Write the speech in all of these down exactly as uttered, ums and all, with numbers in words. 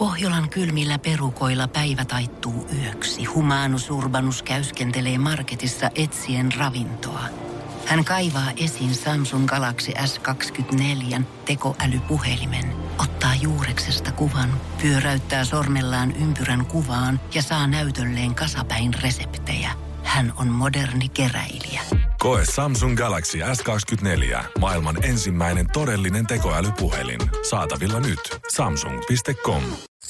Pohjolan kylmillä perukoilla päivä taittuu yöksi. Humanus Urbanus käyskentelee marketissa etsien ravintoa. Hän kaivaa esiin Samsung Galaxy S kaksikymmentäneljä tekoälypuhelimen, ottaa juureksesta kuvan, pyöräyttää sormellaan ympyrän kuvaan ja saa näytölleen kasapäin reseptejä. Hän on moderni keräilijä. Koe Samsung Galaxy S kaksikymmentäneljä, maailman ensimmäinen todellinen tekoälypuhelin. Saatavilla nyt. samsung piste com.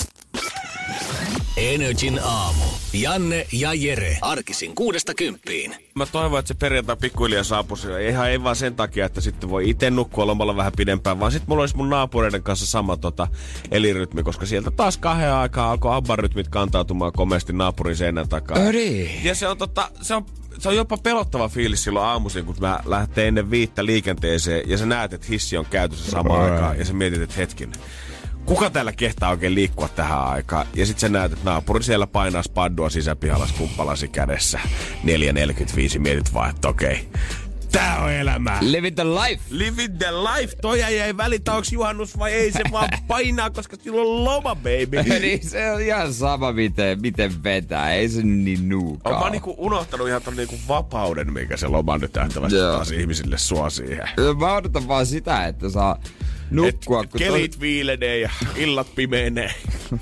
Energin aamu. Janne ja Jere. Arkisin kuudesta kymppiin. Mä toivon, että se perjantai pikkuhiljaa saapuisi. Ihan ei vaan sen takia, että sitten voi itse nukkua lomalla vähän pidempään, vaan sitten mulla olisi mun naapureiden kanssa sama tota elirytmi, koska sieltä taas kahden aikaa alkoi abbarytmit kantautumaan komeasti naapurin seinän takaa. Öri. Ja se on tota, se on Se on jopa pelottava fiilis silloin aamuisin, kun mä lähtee ennen viittä liikenteeseen ja sä näet, että hissi on käytössä samaan aikaan ja sä mietit, että hetkinen, kuka täällä kehtaa oikein liikkua tähän aikaan? Ja sit sä näet, että naapuri siellä painaa spaddua sisäpihalla skumppalasi kädessä. neljä neljäkymmentäviisi mietit vaan, että okei. Tää on elämää. Live the life. Live the life. Toi ei välitä, onks juhannus vai ei. Se vaan painaa, koska sillä on loma, baby. Niin se on ihan sama, miten, miten vetää. Ei se niin nuukaa. Mä oon niinku unohtanut ihan ton niinku vapauden, mikä se loma nyt tähtävästi taas ihmisille suo siihen. Mä odotan vaan sitä, että saa nukkua. Et kelit to... viilenee ja illat pimeenee.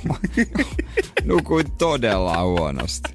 Nukuin todella huonosti.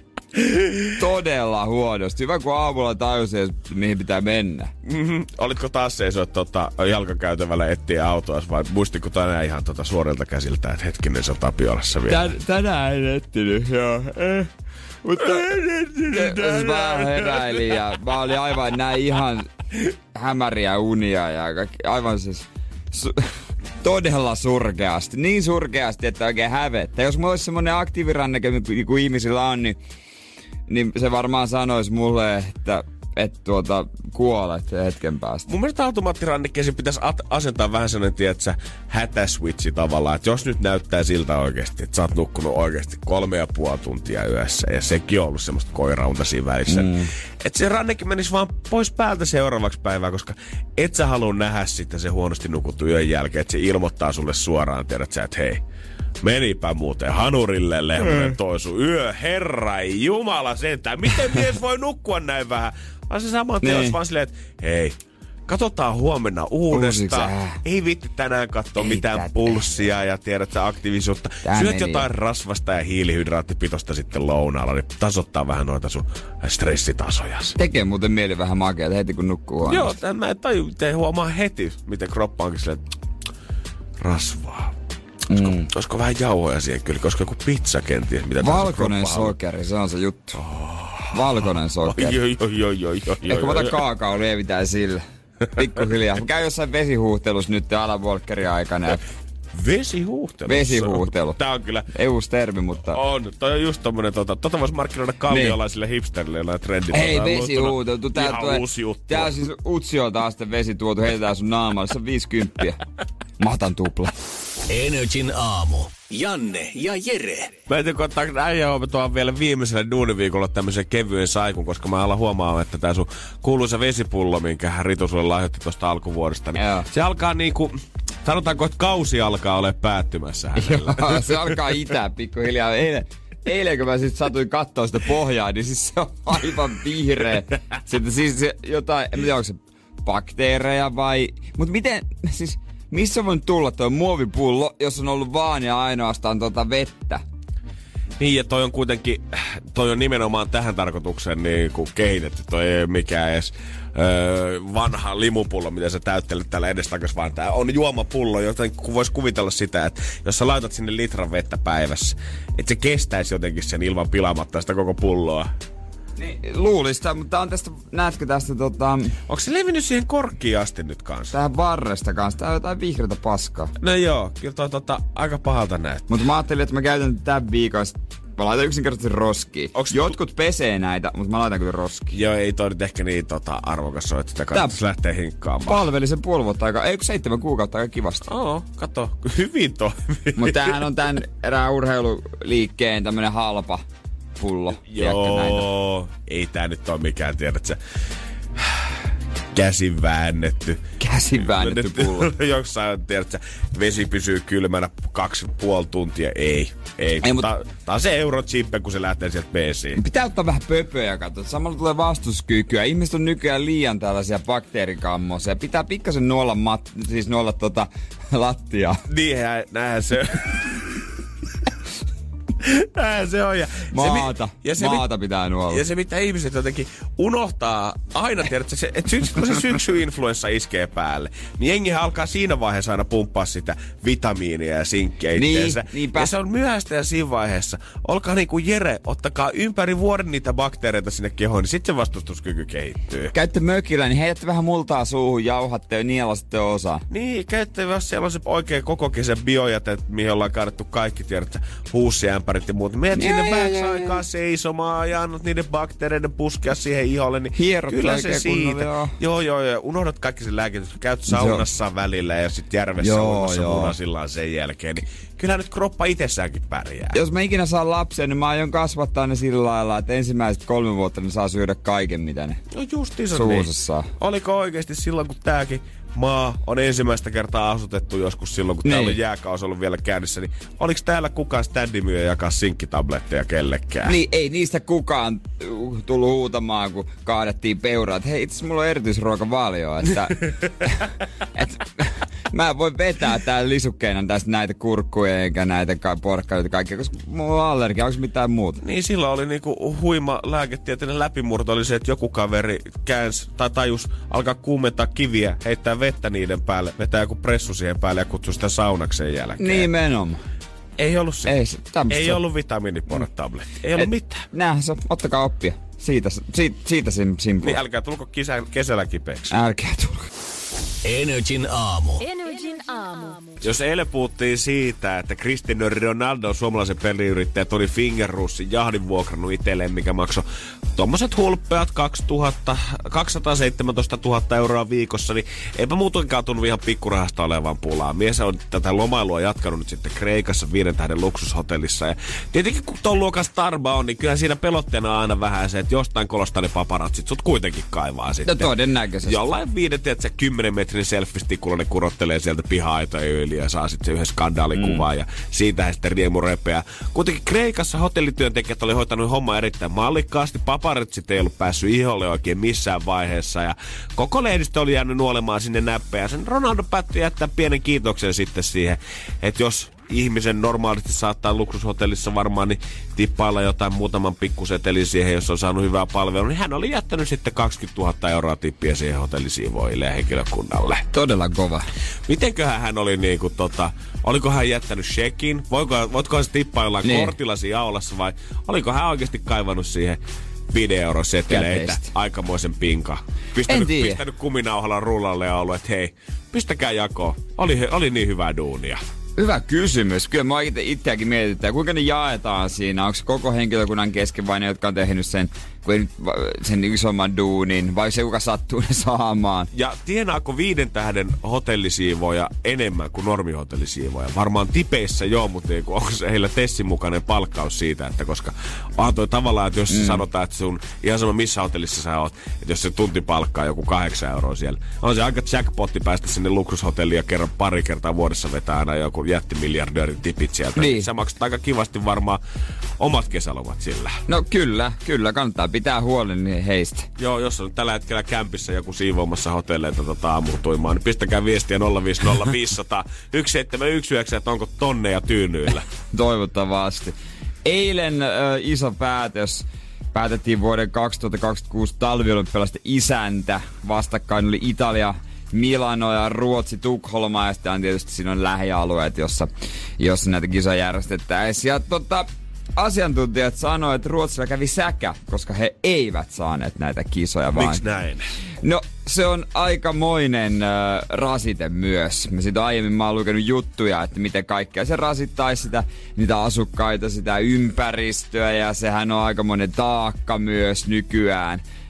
Todella huonosti. Hyvä, kun aamulla tajusin, mihin pitää mennä. Mm-hmm. Olitko taas seisoit tota, jalkakäytävällä etsiä autoa vai muistitko tänään ihan tota suorilta käsiltä, että hetkinen se on Tapiolassa vielä? Tän, tänään en etsinyt, joo. Eh. Mutta jos mä heräilin ja mä olin aivan näin ihan hämäriä unia ja kaikki, aivan siis su, todella surkeasti. Niin surkeasti, että oikein hävettä. Jos mulla olisi semmonen aktiiviranneke, kuin ihmisillä on, niin niin se varmaan sanoisi mulle, että et tuota, kuolet hetken päästä. Mun mielestä automaattirannekkeeseen pitäisi at- asentaa vähän sellainen, tiedätkö, hätäswitchi tavallaan. Että jos nyt näyttää siltä oikeasti, että sä oot nukkunut oikeasti kolme ja puoli tuntia yössä ja sekin on ollut semmoista koiraunta siinä välissä. Mm. Että se ranneke menisi vaan pois päältä seuraavaksi päivää, koska et sä halua nähdä sitten se huonosti nukuttu yön jälkeen, että se ilmoittaa sulle suoraan, tiedät sä, että hei, menipä muuten hanurille lehmonen toisu yö, herra jumala sentään. Miten mies voi nukkua näin vähän? Vaan se saman teos vaan silleen, että hei, katsotaan huomenna uudestaan. Ei viitti tänään katsoa Ei mitään tätä. pulssia ja tiedät sä aktiivisuutta. Tää Syöt meni. jotain rasvasta ja hiilihydraattipitosta sitten lounaalla, niin tasoittaa vähän noita sun stressitasoja. Tekee muuten mieli vähän makeata heti kun nukkuu huonosti. Joo, tämän mä en taju, te huomaa heti, miten kroppa onkin silleen, rasvaa. Olisiko, mm. olisiko vähän jauhoja siihen kyllä, koska joku pizza kenties. Mitä valkoinen sokeri, se on se juttu. Oh. Valkoinen sokeri. Joo, joo, joo, joo, joo. Ehkä mä otan kaakao, lievitään sillä. Pikkuhiljaa. Mä käyn jossain vesihuuhtelussa nyt Alan aikana. Vesihuuhtelu? Vesihuuhtelu. Tää on kyllä... Ei uusi termi, mutta... On. Toi on just tommonen tota... Tota vois markkinoida kalliolaisille niin. hipsterille jollain trendit. Ei vesihuutelu. Tää ihan tulee, uusi juttu. Tää on siis Utsiolta asti vesi tuotu. Heitetään sun naamalle. Se on viisikymppiä. Mä otan tupla. Energin aamu. Janne ja Jere. Mä en tiedä, kun äijähomme tuon vielä viimeisellä duuniviikolla tämmöisen kevyen saikun, koska mä alan huomaamaan, että tää sun kuuluisa vesipullo, minkä Ritu sulle lahjoitti tosta alkuvuodesta, niin Joo. se alkaa niinku, sanotaanko, että kausi alkaa ole päättymässä hänellä. Joo, se alkaa itää pikkuhiljaa. Eilen, eilen kun mä sit satuin kattoo sitä pohjaa, niin siis se on aivan vihreä. Sitten siis se jotain, en tiedä, onko se bakteereja vai... Mut miten, siis... Missä voin tulla tuo muovipullo, jos on ollut vaan ja ainoastaan tota vettä? Niin, ja toi on kuitenkin, toi on nimenomaan tähän tarkoitukseen niin kuin kehitetty. Toi ei ole mikään edes öö, vanha limupullo, mitä sä täyttelet täällä edestakas, vaan tää on juomapullo, joten vois kuvitella sitä, että jos sä laitat sinne litran vettä päivässä, että se kestäisi jotenkin sen ilman pilaamatta sitä koko pulloa. Niin, luulista, mutta on tästä, näetkö tästä tota... Onko se levinnyt siihen korkkiin asti nyt kanssa? Tähän varresta kanssa, tää on jotain vihreätä paskaa. No joo, kyllä toi tota, aika pahalta näet. Mutta mä ajattelin, että mä käytän tämän viikosta. Mä laitan yksinkertaisesti roskiin. Onks Jotkut tu- pesee näitä, mutta mä laitan kyllä roskiin. Joo, ei toi nyt ehkä niin tota, arvokas ole, että sitä kannattaisi lähteä hinkkaamaan. Palveli sen puoli vuotta aika, ei kun seitsemän kuukautta aika kivasti. Oo, kato, hyvin toimii. Mutta tämähän on tän erään urheiluliikkeen tämmönen halpa pullo. Joo, ei tää nyt oo mikään, tiedät sä. käsin väännetty. Käsin väännetty pullo. Jossain, tiedätkö, vesi pysyy kylmänä kaksi puoli tuntia. Ei, ei. ei mut... Tää on se eurochippe, kun se lähtee sieltä peesiin. Pitää ottaa vähän pöpöjä, katso. Samalla tulee vastuskykyä. Ihmiset on nykyään liian tällaisia bakteerikammoisia. Pitää pikkasen nuolla, mat... siis nuolla tota lattiaa. Niinhän, näinhän se Näin se on. Ja maata. Se, ja se, maata pitää nuolla. Ja se, mitä ihmiset jotenkin unohtaa aina, tiedätkö, se, että syksy, kun se syksy-influenssa iskee päälle, niin jengihän alkaa siinä vaiheessa aina pumppaa sitä vitamiinia ja sinkkiä itteensä. Niin, ja se on myöhäistä ja siinä vaiheessa. Olkaa niin kuin Jere, ottakaa ympäri vuoden niitä bakteereita sinne kehoon, niin sitten se vastustuskyky kehittyy. Käytte mökillä, niin heitätte vähän multaa suuhun, jauhatte ja nielastatte osaa. Niin, käytte, jos siellä on se oikein koko kesän biojäte, mihin ollaan kaadettu kaikki, tiedätkö, huussiämpärit ja muut. Meet sinne vähäksi aikaa seisomaan ja annat niiden bakteereiden puskea siihen iholle, niin hierot kyllä se siitä. Joo. joo, joo, joo. Unohdat kaikki sen lääkitys. Käyt saunassa joo. välillä ja sitten järvessä joo, uimassa munasillaan sen jälkeen. Niin kyllähän nyt kroppa itsessäänkin pärjää. Jos mä ikinä saan lapsia, niin mä aion kasvattaa ne sillä lailla, että ensimmäiset kolme vuotta ne saa syödä kaiken, mitä ne no justiinsa suussa niin. Oliko oikeesti silloin, kun tääkin maa on ensimmäistä kertaa asutettu joskus silloin, kun niin. täällä on jääkaus ollut vielä käynnissä, niin oliks täällä kukaan standimyö jakaa sinkkitabletteja kellekään? Niin, ei niistä kukaan tullut huutamaan, kun kaadettiin peuraa, että hei, itse mulla on erityisruokavalio, että et, mä voin vetää täällä lisukkeena tästä näitä kurkkuja eikä näitä porkkanoita kaikkea, koska mulla on allergia, onko mitään muuta? Niin, silloin oli niinku huima lääketieteellinen läpimurto oli se, että joku kaveri käänsi tai tajus alkaa kuumentaa kiviä, heittää vettä niiden päälle, vetää joku pressu siihen päälle ja kutsuu sitä saunakseen jälkeen. Nimenomaan. Ei ollut se. Ei, se, ei ollut vitamiiniporretabletti. Ei ollut Et, mitään. Näinhän se, ottakaa oppia. Siitä, siitä, siitä simpua. Niin älkää tulko kisä, kesällä kipeäksi. Älkää tulko. Energin aamu. Energin aamu. Jos eilen puhuttiin siitä, että Cristiano Ronaldo, suomalaisen peliyrittäjä, Toni Fingerrussin jahdin vuokrannut itselleen, mikä maksoi tommoset hulppeat kaksisataaseitsemäntoista tuhatta euroa viikossa, niin eipä muutenkaan tunnu ihan pikkurahasta olevan pulaa. Mies on tätä lomailua jatkanut nyt sitten Kreikassa viiden tähden luksushotellissa. Ja tietenkin kun ton luokan starba on, niin kyllähän siinä pelotteena on aina vähän se, että jostain kolostaa ne paparatsit sut kuitenkin kaivaa sitten. No todennäköisesti. Jollain viiden, tiedätkö, kymmenen metrin selfistikulla ne kurottelee sieltä piha-aitojen yli ja saa sitten se yhden skandaalikuvaa mm. ja siitä sitten riemu repeää. Kuitenkin Kreikassa hotellityöntekijät oli hoitanut homma erittäin mallikkaasti. Paparatsit ei ollut päässyt iholle oikein missään vaiheessa ja koko lehdistö oli jäänyt nuolemaan sinne näppejä. Sen Ronaldo päätti jättää pienen kiitoksen sitten siihen, että jos ihmisen normaalisti saattaa luksushotellissa varmaan niin tippailla jotain muutaman pikkusetelin siihen, jos on saanut hyvää palvelua, niin hän oli jättänyt sitten kaksikymmentätuhatta euroa tippiä siihen hotellisiivoille ja henkilökunnalle. Todella kova. Mitenköhän hän oli niinku tota, oliko hän jättänyt shekin? Voiko, voitko se tippaa jollain niin. kortilla siinä aulassa vai oliko hän oikeasti kaivannut siihen videoseteleitä aikamoisen pinka? Pistänyt, pistänyt kuminauhalla rullalle ja ollut, että hei, pistäkää jakoon. Oli, oli niin hyvää duunia. Hyvä kysymys. Kyllä mä itse itseäkin mietitään, kuinka ne jaetaan siinä. Onko se koko henkilökunnan kesken vai ne, jotka on tehnyt sen, sen isomman duunin, vai se, joka sattuu ne saamaan? Ja tienaako viiden tähden hotellisiivoja enemmän kuin normihotellisiivoja? Varmaan tipeissä joo, mutta onko se heillä Tessin mukainen palkkaus siitä, että koska on toi tavallaan, että jos mm. sanotaan, että sun ihan sama missä hotellissa sä oot, että jos se tunti palkkaa joku kahdeksan euroa siellä, on se aika jackpotti päästä sinne luksushotelliin ja kerran pari kertaa vuodessa vetää aina joku jättimiljardöörin tipit sieltä. Niin. Sä maksat aika kivasti varmaan omat kesälomat sillä. No kyllä, kyllä. Kannattaa pitää huolen heistä. Joo, jos on tällä hetkellä kämpissä joku siivoamassa hotelleita tota aamutuimaan, niin pistäkää viestiä nolla viisi nolla viisi nolla nolla yksi seitsemän yksi yhdeksän, että onko tonneja tyynyillä. Toivottavasti. Eilen äh, iso päätös. Päätettiin vuoden kaksituhattakaksikymmentäkuusi talviolympialaisten isäntä. Vastakkain oli Italia, Milano ja Ruotsi, Tukholma ja sitten on tietysti siinä on lähialueet, jossa, jossa näitä kisoja järjestettäisiin. Ja tota, asiantuntijat sanoivat, että Ruotsilla kävi säkä, koska he eivät saaneet näitä kisoja. Vaan... Miksi näin? No se on aikamoinen äh, rasite myös. Mä siitä aiemmin mä oon lukenut juttuja, että miten kaikkea se rasittaisi sitä, niitä asukkaita, sitä ympäristöä ja sehän on aikamoinen taakka myös nykyään.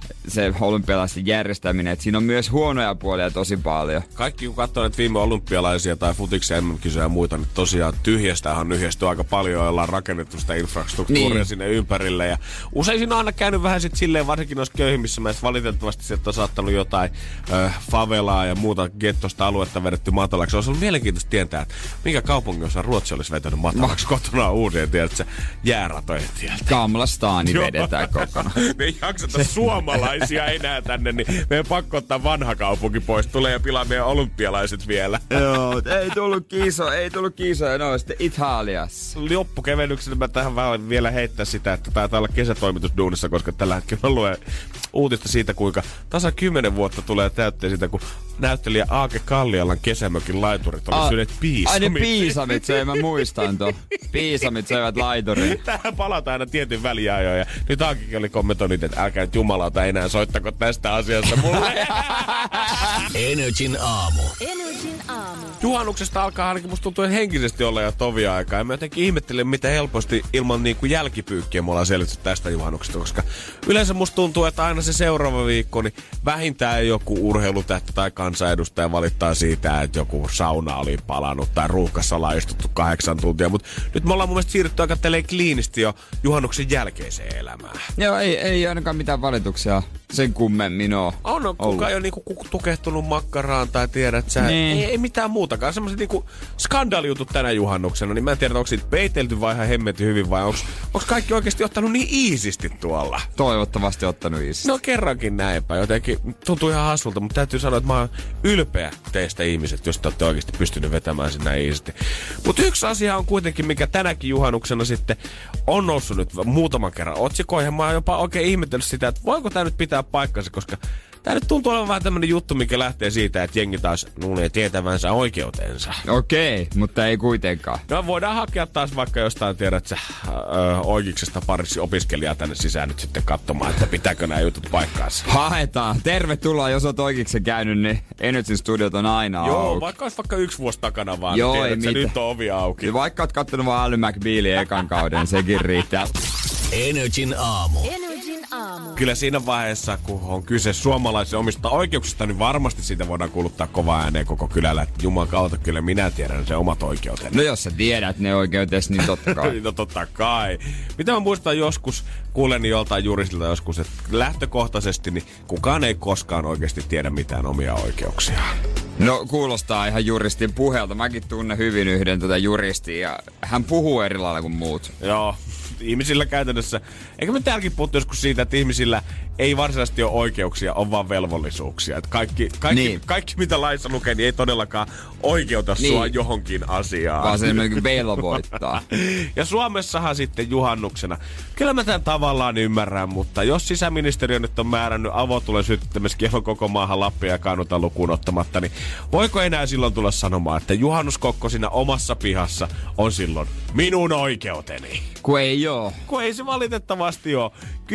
se olympialaisten järjestäminen. Et siinä on myös huonoja puolia tosi paljon. Kaikki kun katsoo näitä viime olympialaisia tai futiksia, M M-kisoja ja muita, niin tosiaan tyhjästä on nyhjästy aika paljon, joilla on rakennettu sitä infrastruktuuria niin sinne ympärille. Ja usein siinä on aina käynyt vähän sit silleen, varsinkin noissa köyhimmissä maissa, valitettavasti sieltä on saattanut jotain äh, favelaa ja muuta gettosta aluetta vedetty matalaksi. Olisi ollut mielenkiintoista tietää, että minkä kaupungin osa Ruotsi olisi vetänyt matalaksi Ma- kotona uuden, tiedätkö, jääratoja tieltä. Kamlastaani vedetään kokonaan. Me ei jakseta suomalaisia enää tänne, niin meidän pakko ottaa vanha kaupunki pois. Tulee ja pilaa meidän olympialaiset vielä. Joo, ei tullut kiso, ei tullut kisoja, no sitten Italiassa. Loppukevennyksenä mä tähän vähän vielä heittää sitä, että taitaa olla kesätoimitusduunissa, koska tällä hetkellä mä luen uutista siitä, kuinka tasa kymmenen vuotta tulee täytteen sitä, kun näyttelijä Aake Kallialan kesämökin laiturit oli syöneet piisamit. Ai ne piisamit söi, mä muistan tuon. Piisamit söivät laiturin. Tähän palataan aina tietyn väliajoin ja nyt Aakekin oli kommentoinut, että älkää nyt jumalauta enää soittako tästä asiasta mulle. Energin aamu. Energin aamu. Juhannuksesta alkaa ainakin musta tuntuu henkisesti olla jo tovia aikaa. Ja mä jotenkin ihmettelen, mitä helposti ilman niinku jälkipyykkiä me ollaan selvitty tästä juhannuksesta. Koska yleensä musta tuntuu, että aina se seuraava viikko, niin vähintään joku urheilutähti tai kansanedustaja valittaa siitä, että joku sauna oli palannut tai ruuhkassa ollaan istuttu kahdeksan tuntia. Mutta nyt me ollaan mun mielestä siirrytty aika tälleen kliinisti jo juhannuksen jälkeiseen elämään. Joo, ei, ei ainakaan mitään valituksia sen kummemmin oo. On, on kukaan ei ole niinku tukehtunut makkaraan tai tiedät sä. Niin. Ei, ei mitään muutakaan. Sellaiset niinku skandaaliutut tänä juhannuksena, niin mä en tiedä, onko siitä peitelty vai ihan hemmetin hyvin vai onko kaikki oikeasti ottanut niin iisisti tuolla? Toivottavasti ottanut iisisti. No kerrankin näinpä. Jotenkin tuntuu ihan hassulta, mutta täytyy sanoa, että mä oon ylpeä teistä ihmiset, jos te olette oikeasti pystynyt vetämään sen näin iisisti. Mutta yksi asia on kuitenkin, mikä tänäkin juhannuksena sitten on noussut nyt muutaman kerran otsikoihin. Mä oon jopa oikein ihmetellyt sitä, että voiko tää nyt pitää paikkansa, koska tää nyt tuntuu olevan vähän tämmönen juttu, mikä lähtee siitä, että jengi taas luulee tietävänsä oikeutensa. Okei, okay, mutta ei kuitenkaan. No voidaan hakea taas vaikka jostain, tiedät sä, öö, oikeuksesta pariksi opiskelijaa tänne sisään nyt sitten katsomaan, että pitääkö nämä jutut paikkaansa. Haetaan. Tervetuloa, jos oot oikeiksen käynyt, niin Energyn studiot on aina Joo, auki. vaikka olisi vaikka yksi vuosi takana vaan, Joo, tiedät, ei että nyt on ovi auki. Ja vaikka oot kattonut vaan Ally McBealin ekan kauden, sekin riittää. Energin aamu. Energin aamu. Kyllä siinä vaiheessa, kun on kyse suomalaisen omista oikeuksista, niin varmasti siitä voidaan kuuluttaa kovaa ääneen koko kylällä. Että Juman kautta kyllä minä tiedän sen omat oikeuteni. No jos sä tiedät ne oikeutes, niin totta kai. No totta kai. Mitä mä muistan joskus, kuulen joltain juristilta joskus, että lähtökohtaisesti niin kukaan ei koskaan oikeasti tiedä mitään omia oikeuksiaan. No kuulostaa ihan juristin puheelta. Mäkin tunnen hyvin yhden tätä juristia ja hän puhuu eri lailla kuin muut. Joo. Ihmisillä käytännössä, eikä me täälläkin puhuttu joskus siitä, että ihmisillä ei varsinaisesti ole oikeuksia, on vaan velvollisuuksia. Että kaikki, kaikki, niin. kaikki, mitä laissa lukee, niin ei todellakaan oikeuta niin. sua johonkin asiaan. Vaan se enemmänkin velvoittaa. Ja Suomessahan sitten juhannuksena, kyllä mä tämän tavallaan ymmärrän, mutta jos sisäministeriö nyt on määrännyt avotulen sytyttämiskielon koko maahan Lappia ja Kainuuta lukuun ottamatta, niin voiko enää silloin tulla sanomaan, että juhannuskokko siinä omassa pihassa on silloin minun oikeuteni? Kun ei oo. Kun ei se valitettavasti ole.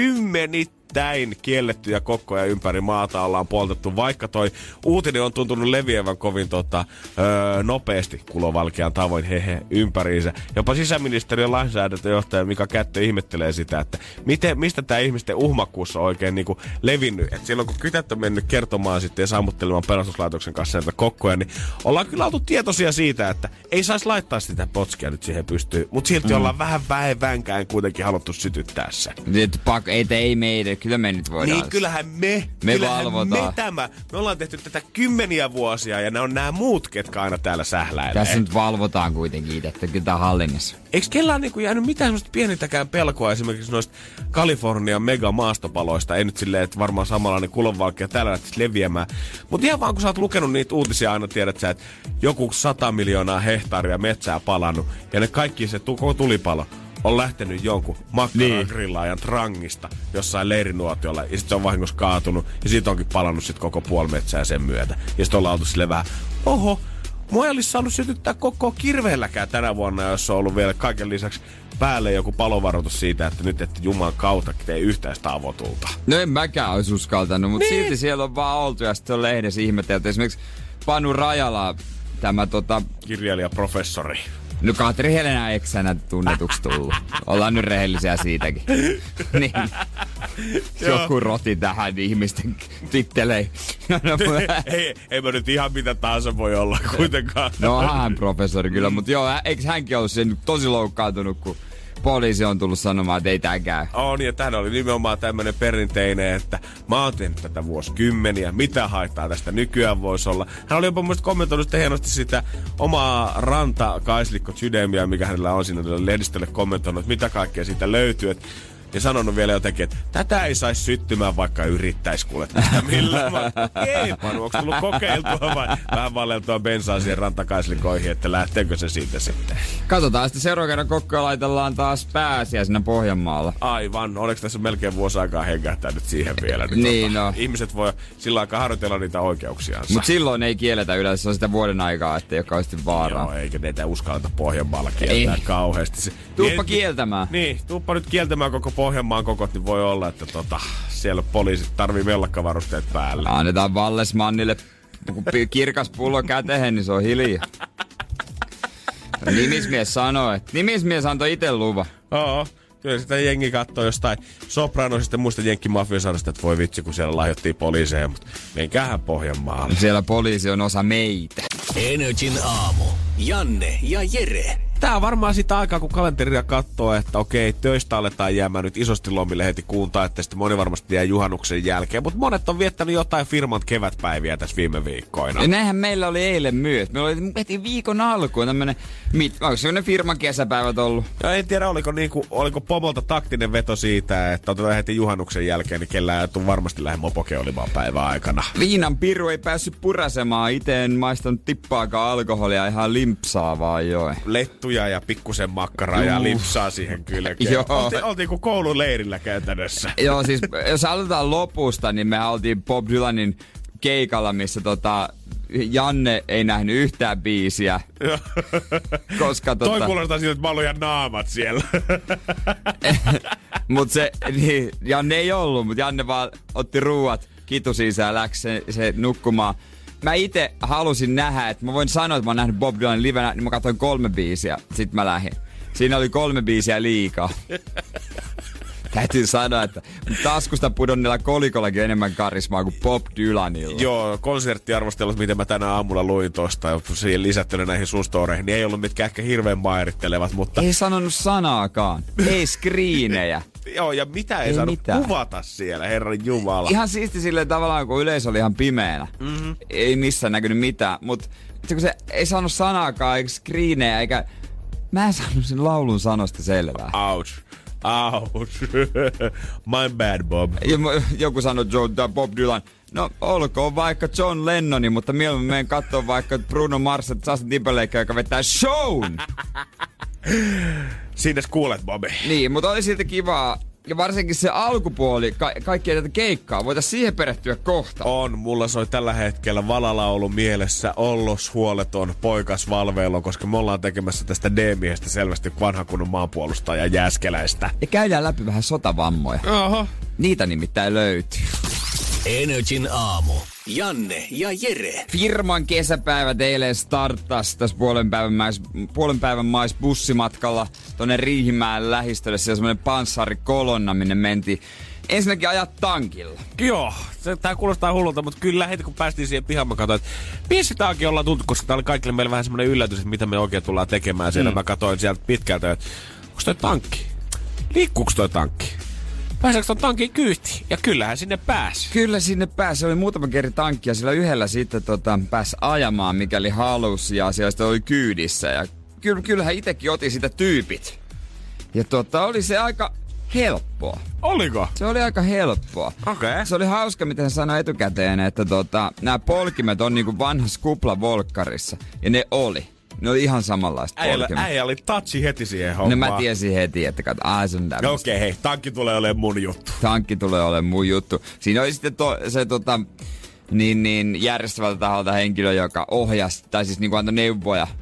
Kymmenittäin kiellettyjä kokkoja ympäri maata ollaan poltettu, vaikka toi uutinen on tuntunut leviävän kovin tota, öö, nopeasti kulovalkean tavoin hehe ympäriinsä. Jopa sisäministeriön lainsäädäntöjohtaja Mika Kättö ihmettelee sitä, että miten, mistä tämä ihmisten uhmakkuus on oikein niinku levinnyt. Et silloin kun kytät on mennyt kertomaan sitten ja sammuttelemaan pelastuslaitoksen kanssa näitä kokkoja, niin ollaan kyllä oltu tietoisia siitä, että ei saisi laittaa sitä potskia nyt siihen pystyyn. Mutta silti mm. ollaan vähän vähävänkään kuitenkin haluttu sytyttää se. Nyt pak, ei, ei meidän, kyllä me nyt voidaan. Niin, kyllähän me, me kyllähän valvotaan. me tämä. Me ollaan tehty tätä kymmeniä vuosia ja ne on nämä muut, ketkä aina täällä sähläilee. Tässä nyt valvotaan kuitenkin itse, että kyllä tää hallinnassa. Eikö kellään niinku jäänyt mitään semmoista pienintäkään pelkoa esimerkiksi noista Kalifornian megamaastopaloista? Ei nyt silleen, että varmaan samanlainen kulonvalkea täällä lähtisi leviämään. Mutta ihan vaan kun sä oot lukenut niitä uutisia aina, tiedät sä, että joku sata miljoonaa hehtaaria metsää palannut ja ne kaikki se koko tulipalo on lähtenyt jonkun makkaragrilaajan niin. trangista jossain leirinuotiolla ja sit se on vahingossa kaatunut ja siitä onkin palannut sit koko puoli metsää sen myötä. Ja sit ollaan oltu silleen vähän, oho, mua ei olisi saanut sytyttää koko kirveelläkään tänä vuonna, jos on ollut vielä kaiken lisäksi päälle joku palovaroitus siitä, että nyt ette Jumalan kautta tee yhtään sitä avotulta. No en mäkään olisi uskaltanut, mutta niin. silti siellä on vaan oltu ja sitten on lehdessä ihmetelty. Esimerkiksi Panu Rajala, tämä tota... kirjailija, professori. No Katri Helena eksänä tunnetuksi tullut. Ollaan nyt rehellisiä siitäkin. Niin. Joku roti tähän ihmisten titteleihin. ei, ei mä nyt ihan mitä tahansa voi olla kuitenkaan. No hän professori kyllä, mutta joo, eikö hänkin ollut sen tosi loukkaantunut, kun poliisi on tullut sanomaan, että ei tää käy. On, ja tähän oli nimenomaan tämmönen perinteinen, että mä oon tehnyt tätä vuosikymmeniä, mitä haittaa tästä nykyään voisi olla. Hän oli jopa muista kommentoinut sitä hienosti sitä omaa rantakaislikko sydämiä, mikä hänellä on siinä lehdistölle kommentoinut, mitä kaikkea siitä löytyy. Et ja sanonut vielä jotenkin, että tätä ei saisi syttymään, vaikka yrittäisi kuule tästä millään. Ei, Panu, onko tullut kokeiltua vai vähän valeltua bensaa siihen rantakaislinkoihin, että lähteekö se siitä sitten? Katsotaan sitten seuraavan kerran kokkoja laitellaan taas pääsiäisenä Pohjanmaalla. Aivan, oliko tässä melkein vuosi aikaa hengähtää nyt siihen vielä? Nyt niin tota, no. Ihmiset voi sillä aikaa harjoitella niitä oikeuksiansa. Mutta silloin ei kielletä yleensä, se on sitä vuoden aikaa, ettei ole kauheasti vaaraa. Joo, eikä niitä uskalleta Pohjanmaalla kieltää ei. kauheasti. Tuuppa kieltämään. Niin, tuuppa nyt kieltämään koko Pohjanmaan kokot, niin voi olla, että tota, siellä poliisit tarvii mellakkavarusteet päällä. Annetaan Vallesmannille kirkas pullo kätehen, niin se on hiljaa. Nimismies sanoi, että nimismies antoi itse luvan. Oo, kyllä sitä jengi katsoo jostain Sopranosista muista jenkkimafiosarjoista, että voi vitsi, kun siellä lahjottiin poliiseja, mutta menkähän Pohjanmaalle. Siellä poliisi on osa meitä. Energin aamu. Janne ja Jere. Tää on varmaan sitä aikaa, kun kalenteria katsoo, että okei, töistä aletaan jäämään nyt isosti lomille heti kuun taitteesta. Sitten moni varmasti jää juhannuksen jälkeen, mutta monet on viettänyt jotain firman kevätpäiviä tässä viime viikkoina. Ja näinhän meillä oli eilen myös. Meillä oli heti viikon alkuun tämmönen, mit, onko sellainen firman kesäpäivät ollut? Ja en tiedä, oliko, niinku, oliko pomolta taktinen veto siitä, että otetaan heti juhannuksen jälkeen, niin kellään ei tule varmasti lähde mopokeolimaan päivän aikana. Viinan piru ei päässyt purasemaan. Itse en maistanut tippaakaan alkoholia, ihan limpsaa vaan joi. Lettu ja pikkusen makkaraa ja lipsaa siihen kylkeen. Oltiin, oltiin kuin koululeirillä käytännössä. Joo, siis jos aloitetaan lopusta, niin me oltiin Bob Dylanin keikalla, missä tota, Janne ei nähnyt yhtään biisiä. Koska tota... Toi kuulostaa siitä, että mä olin ihan naamat siellä. Mut se, niin, Janne ei ollut, mutta Janne vaan otti ruuat kitu sisään ja läksi se, se nukkumaan. Mä ite halusin nähdä, että mä voin sanoa, että mä oon nähnyt Bob Dylanin livenä, niin mä katsoin kolme biisiä, sit mä lähdin. Siinä oli kolme biisiä liikaa. Täytyy sanoa, että taskusta pudonneella kolikollakin on enemmän karismaa kuin Bob Dylanilla. Joo, konserttiarvostelut, mitä mä tänä aamulla luin tosta, ja siihen lisättynä näihin sun storeihin, niin ei ollut mitkä ehkä hirveän mairittelevat, mutta... Ei sanonut sanaakaan. Ei skriinejä. Joo, ja mitä ei, ei saanut mitään kuvata siellä, herran jumala. Ihan siisti silleen tavallaan, kun yleisö oli ihan pimeänä. Mm-hmm. Ei missään näkynyt mitään, mutta kun se ei saanut sanaakaan, eikä skriinejä, eikä... Mä en saanut sen laulun sanosta selvää. Ouch. Ouch. My bad, Bob. Joku sanoi Joe, Bob Dylan. No olkoon vaikka John Lennoni, mutta mieluummin menen katsoa vaikka Bruno Mars ja Justin Timberlake, joka vetää shown. Sinnes kuulet, Bobi. Niin, mutta oli silti kivaa. Ja varsinkin se alkupuoli, ka- kaikkia tätä keikkaa, voitaisiin siihen perehtyä kohta. On, mulla soi tällä hetkellä valalaulu mielessä Ollos huoleton poikas Valveilo, koska me ollaan tekemässä tästä D-miehestä selvästi vanhan kunnon maanpuolustaja Jääskeläistä. Ja käydään läpi vähän sotavammoja. Oho. Niitä nimittäin löytyy. Energin aamu. Janne ja Jere. Firman kesäpäivät eilen starttasi tässä puolen päivän, mais, puolen päivän mais bussimatkalla tonne Riihimäen lähistölle. Siellä on semmonen panssarikolonna, minne mentiin ensinnäkin ajaa tankilla. Joo, se, tää kuulostaa hullulta, mutta kyllä heti kun päästiin siihen pihaan, mä katsoin, että missä tääkin ollaan tultu, koska tää oli kaikille meille vähän semmonen yllätys, että mitä me oikein tullaan tekemään siellä. Mm. Mä katsoin sieltä pitkältä, että onko toi tankki? Liikkuuko toi tankki? Pääseekö ton tankin kyytiin? Ja kyllähän sinne pääsi. Kyllä sinne pääsi. Oli muutama kerran tankki ja sillä yhdellä sitten tota, pääsi ajamaan, mikäli halusi. Ja siellä oli kyydissä. Ja ky- kyllähän itekin otin sitä tyypit. Ja tota, oli se aika helppoa. Oliko? Se oli aika helppoa. Okei. Okay. Se oli hauska, miten hän sanoi etukäteen, että tota, nämä polkimet on niinku vanhassa kuplavolkkarissa. Ja ne oli. Ne oli ihan samanlaista polkimet. Äijä oli touchi heti siihen hommaan. No mä tiesin heti, että kat, aah, se on tämmöistä. Okei, okay, hei, tankki tulee olemaan mun juttu. Tankki tulee olemaan mun juttu. Siinä oli sitten to, se tota, niin, niin järjestävältä taholta henkilö, joka ohjasi, tai siis niinku antoi neuvoja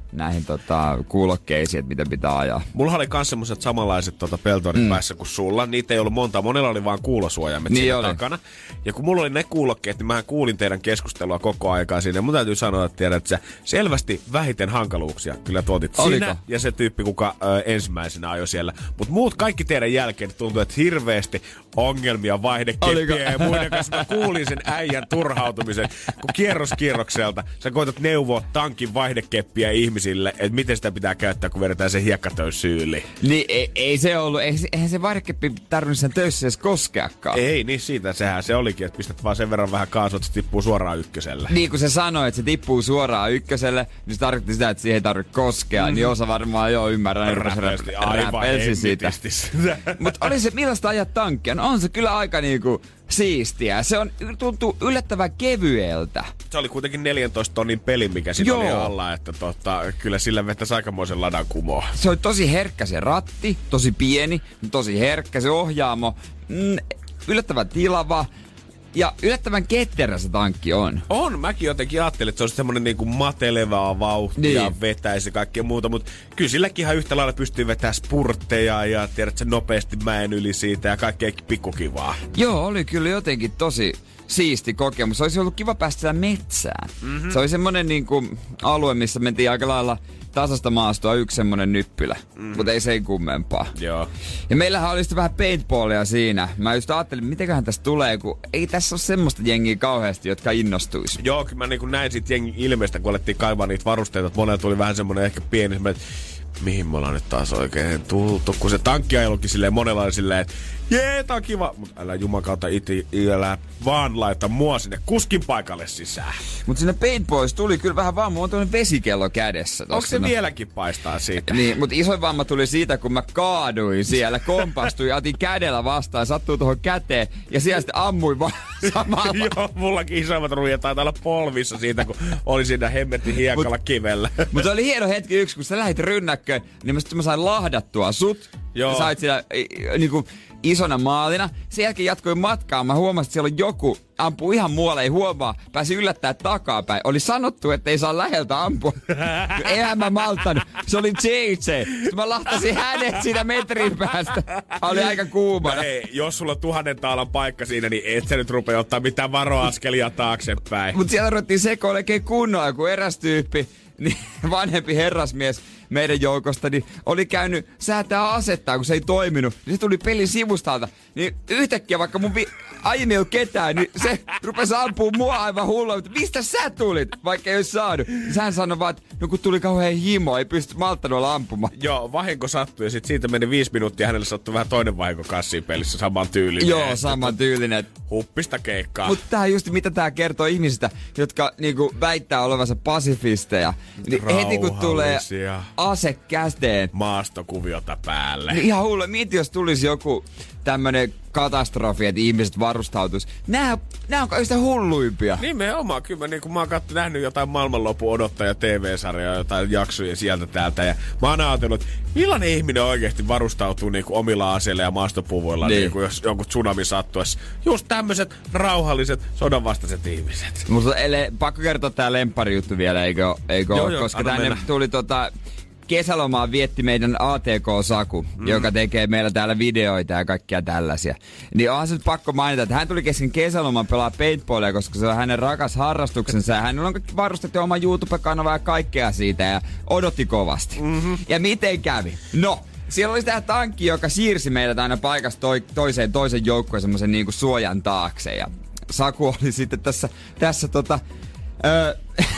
näihin tota, kuulokkeisiin, että miten pitää ajaa. Mulla oli kans semmoset samanlaiset tota, peltorit mm. päässä kuin sulla. Niitä ei ollut monta. Monella oli vaan kuulosuojaimet niin siinä oli. Takana. Ja kun mulla oli ne kuulokkeet, niin mä kuulin teidän keskustelua koko aikaa siinä. Ja mun täytyy sanoa, että tiedät, että sä selvästi vähiten hankaluuksia kyllä tuotit sinä ja se tyyppi, kuka ö, ensimmäisenä ajoi siellä. Mutta muut kaikki teidän jälkeen tuntuu, että hirveästi ongelmia vaihdekeppien ja muiden kanssa. Mä kuulin sen äijän turhautumisen, kun kierros kierrokselta sä koetat neuvoa tankin vaihdekeppiä ihmisille, että miten sitä pitää käyttää, kun vedetään se hiekkatöys syyliin. Niin ei, ei se ollut, ei, eihän se vaihdekeppi tarvinnut sen töissä edes koskeakaan. Ei, niin siitä sehän se olikin, että pistät vaan sen verran vähän kaasua, että se tippuu suoraan ykköselle. Niin kun se sanoi, että se tippuu suoraan ykköselle, niin se tarkoitti sitä, että siihen ei tarvitse koskea, mm. niin osa varmaan jo ymmärrän. Räpästi, aivan hemmitisti sitä. Mutta oli se, millaista ajaa tankkia? No on se kyllä aika niinku siistiä. Se on, tuntuu yllättävän kevyeltä. Se oli kuitenkin neljäntoista tonnin peli, mikä siinä oli alla, että tota, kyllä sillä vettäisi aikamoisen ladan kumoa. Se oli tosi herkkä se ratti, tosi pieni, tosi herkkä se ohjaamo, mm, yllättävän tilava. Ja yllättävän ketterä se tankki on. On, mäkin jotenkin ajattelin, että se olisi semmonen niinku matelevaa vauhtia, niin. Vetäisi ja kaikkea muuta, mutta kyllä silläkin ihan yhtä lailla pystyy vetämään spurtteja ja tiedät sen nopeasti mäen yli siitä ja kaikkea pikkukivaa. Joo, oli kyllä jotenkin tosi siisti kokemus. Se olisi ollut kiva päästä siellä metsään. Mm-hmm. Se oli semmonen niinku alue, missä mentiin aika lailla tasasta maastoa yksi semmonen nyppylä, mm. mutta ei se ei kummempaa. Joo. Ja meillähän oli sitten vähän paintballia siinä. Mä just ajattelin, mitenköhän tästä tulee, kun ei tässä ole semmoista jengiä kauheasti, jotka innostuisi. Joo, kyllä mä niin näin siitä jengin ilmeistä, kun alettiin kaivaa niitä varusteita, että monella tuli vähän semmonen ehkä pieni semmonen, että mihin me ollaan nyt taas oikein tultu, kun se tankkiajelukin silleen monella oli silleen, että jee, tää on kiva, mutta älä jumakauta iti, älä vaan laita mua sinne kuskin paikalle sisään. Mut sinne paintballissa tuli kyllä vähän vamma, mulla on tuollainen vesikello kädessä. Onko se no. vieläkin paistaa siitä? Niin, mutta isoin vamma tuli siitä, kun mä kaaduin siellä, kompastuin ja otin kädellä vastaan, sattuu tuohon käteen ja siellä sitten ammuin vaan samalla. Joo, mullakin isoimmat ruijat taitaa olla polvissa siitä, kun oli siinä hemmetin hiekalla mut, kivellä. Mutta se oli hieno hetki yksi, kun sä lähit rynnäkköön, niin mä, mä sain lahdattua sut. Joo. Sä sait siellä niinku isona maalina. Sen jälkeen jatkoin matkaa. Mä huomasin, että siellä on joku, ampuu ihan muualle, ei huomaa. Pääsi yllättää takapäin. Oli sanottu, että ei saa läheltä ampua. Eihän mä malttanut. Se oli J J. Sitten mä lahtasin hänet siitä metrin päästä. Oli aika kuumana. No hei, jos sulla on tuhannen taalan paikka siinä, niin et sä nyt rupea ottaa mitään varoaskelia taaksepäin. Mut siellä ruvettiin sekoilemaan kunnolla, kun eräs tyyppi, niin vanhempi herrasmies meidän joukosta, niin oli käynyt säätää asettaa, kun se ei toiminut. Niin se tuli pelin sivustalta. Niin yhtäkkiä, vaikka mun vi- aiemmin ei ole ketään, niin se rupesi ampua mua aivan hullua. Mutta mistä sä tulit, vaikka ei olisi saanut? Sähän sanoi vaan, että no kun tuli kauhean himo, ei pysty malttanut olla ampumaan. Joo, vahinko sattui ja sit siitä meni viisi minuuttia, hänelle sattui vähän toinen vahinko kassiin pelissä, saman tyylinen. Joo, saman tyylinen. Huppista keikkaa. Mutta tää just mitä tää kertoo ihmisistä, jotka niinku väittää olevansa pasifisteja. Niin heti kun tulee ase käteen. Maastokuviota päälle. Niin ihan hullu. Mieti, jos tulisi joku tämmönen katastrofi, että ihmiset varustautuisi. Nää, nää on kaikista hulluimpia. Nimenomaan. Kyllä mä, niin kun mä oon kattu, nähnyt jotain maailmanlopun odottaja T V-sarjaa, jotain jaksoja sieltä täältä. Ja mä oon ajatellut, että millainen ihminen oikeasti varustautuu niin kuin omilla aseilla ja maastopuvuilla, niin. Niin kuin jos jonkun tsunami sattuisi. Just tämmöiset rauhalliset, sodanvastaiset ihmiset. Mutta pakko kertoa tää lempparijuttu vielä, eikö, eikö joo, ole? joo, koska tänne mennä. Tuli tota... Kesälomaa vietti meidän A T K-Saku, mm. joka tekee meillä täällä videoita ja kaikkia tällaisia. Niin onhan se nyt pakko mainita, että hän tuli kesken kesäloman pelaa paintballia, koska se on hänen rakas harrastuksensa. Ja hänellä on varustettu oma YouTube-kanava ja kaikkea siitä ja odotti kovasti. Mm-hmm. Ja miten kävi? No, siellä oli tämä tankki, joka siirsi meidät aina paikasta toi, toiseen toisen joukkueen semmoisen niinku suojan taakse. Ja Saku oli sitten tässä, tässä tota, öö,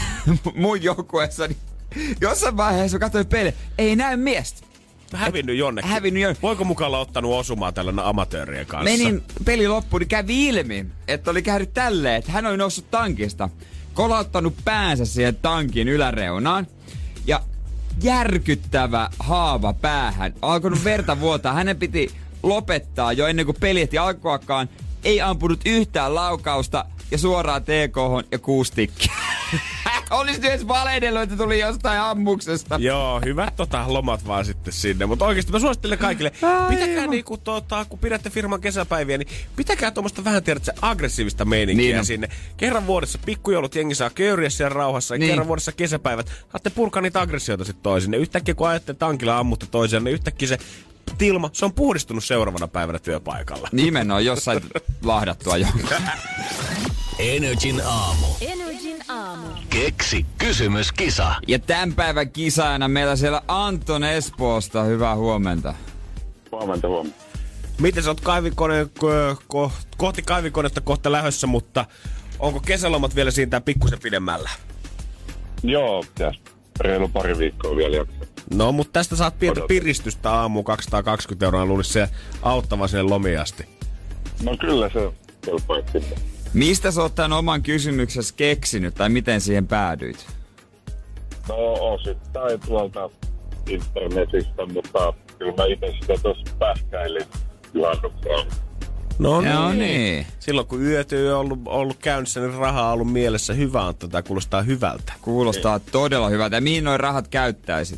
mun joukkueessani. Jossain vaiheessa katsoin peille, ei näy miestä. Hävinnyt jonnekin. Hävinnyt jonnekin. Voiko mukaan olla ottanut osumaa tällä amatöörien kanssa? Menin peli loppuun, niin kävi ilmi, että oli käynyt tälleen, että hän oli noussut tankista, kolauttanut päänsä siihen tankin yläreunaan ja järkyttävä haava päähän. Alkanut verta vuotaa. Hänen piti lopettaa jo ennen kuin peli ehti alkuakaan. Ei ampunut yhtään laukausta ja suoraan T K:hon ja kuusi tikkiä. Olis edes valehdellut, että tuli jostain ammuksesta. Joo, hyvät tota, lomat vaan sitten sinne. Mutta oikeesti mä suosittelen kaikille, pitäkää niinku tota, kun pidätte firman kesäpäiviä, niin pitäkää tuommoista vähän tiedät se aggressiivista meininkiä niin sinne. Kerran vuodessa pikkujoulut jengi saa köyriä siellä rauhassa ja niin. kerran vuodessa kesäpäivät. Saatte purkaa niitä aggressioita sitten toisinne. Yhtäkkiä kun ajatte tankilla ammutte toisiaan, niin yhtäkkiä se tilma, se on puhdistunut seuraavana päivänä työpaikalla. Nimenomaan, jos sait lahdattua jo. Energin aamu. Energin aamu. Keksi kysymyskisa. Ja tämän päivän kisaajana meillä siellä Anton Espoosta. Hyvää huomenta. Huomenta, huomenta. Miten sä oot kaivikone, ko, ko, kohti kaivikonetta kohta lähdössä, mutta onko kesälomat vielä siitä pikkusen pidemmällä? Joo, pitäis reilu pari viikkoa vielä jaksaa. No, mutta tästä saat pientä Odot. piristystä aamu kaksisataakaksikymmentä euroa. Luulisi se auttava sinne lomiasti. No kyllä se kelpaa sinne. Mistä sä oot tämän oman kysymyksesi keksinyt tai miten siihen päädyit? No osittain tuolta internetistä, mutta kyllä mä itse sitä tuossa pähkäilin juhannuksella. No niin. Joo, niin. Silloin kun yötyö on ollut, ollut käynnissä, niin rahaa on ollut mielessä. Hyvä on tätä, kuulostaa hyvältä. Kuulostaa niin. todella hyvältä. Ja mihin noin rahat käyttäisit?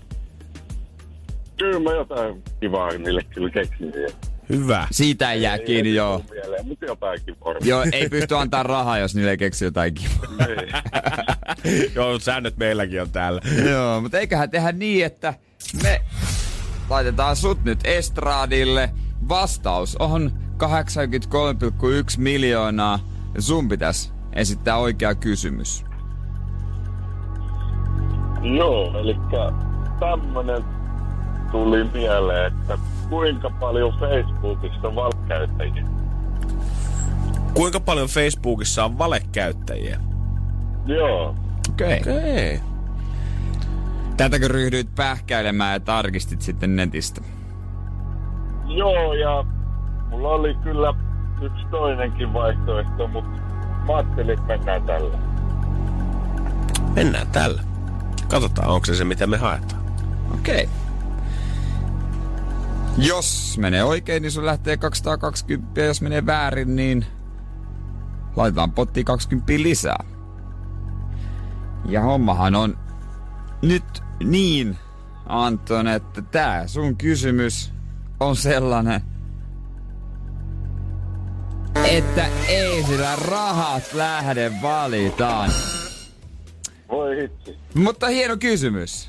Kyllä mä jotain kivaa niille kyllä keksin siihen. Hyvä. Siitä ei jää ei, kiinni, ei joo. Mieleen, mutta jotain kivaa. Joo, ei pysty antaa rahaa, jos niille ei keksi jotain kivaa. Joo, säännöt meilläkin on täällä. Joo, mutta eiköhän tehdä niin, että me laitetaan sut nyt estraadille. Vastaus on kahdeksankymmentäkolme pilkku yksi miljoonaa. Ja sun pitäisi esittää oikea kysymys. Joo, eli tämmönen tuli mieleen, että kuinka paljon Facebookissa on valekäyttäjiä? Kuinka paljon Facebookissa on valekäyttäjiä? Joo. Okei. Okay. Okay. Tätäkö ryhdyit pähkäilemään ja tarkistit sitten netistä? Joo, ja mulla oli kyllä yksi toinenkin vaihtoehto, mutta mä ajattelin, että mennään tällä. Mennään tällä. Katsotaan, onko se se, mitä me haetaan. Okei. Okay. Jos menee oikein, niin sun lähtee kaksisataakaksikymmentä, ja jos menee väärin, niin laitetaan pottiin kaksikymmentä lisää. Ja hommahan on nyt niin, Anton, että tää sun kysymys on sellainen, että ei sillä rahat lähde valitaan. Voi hitsi. Mutta hieno kysymys.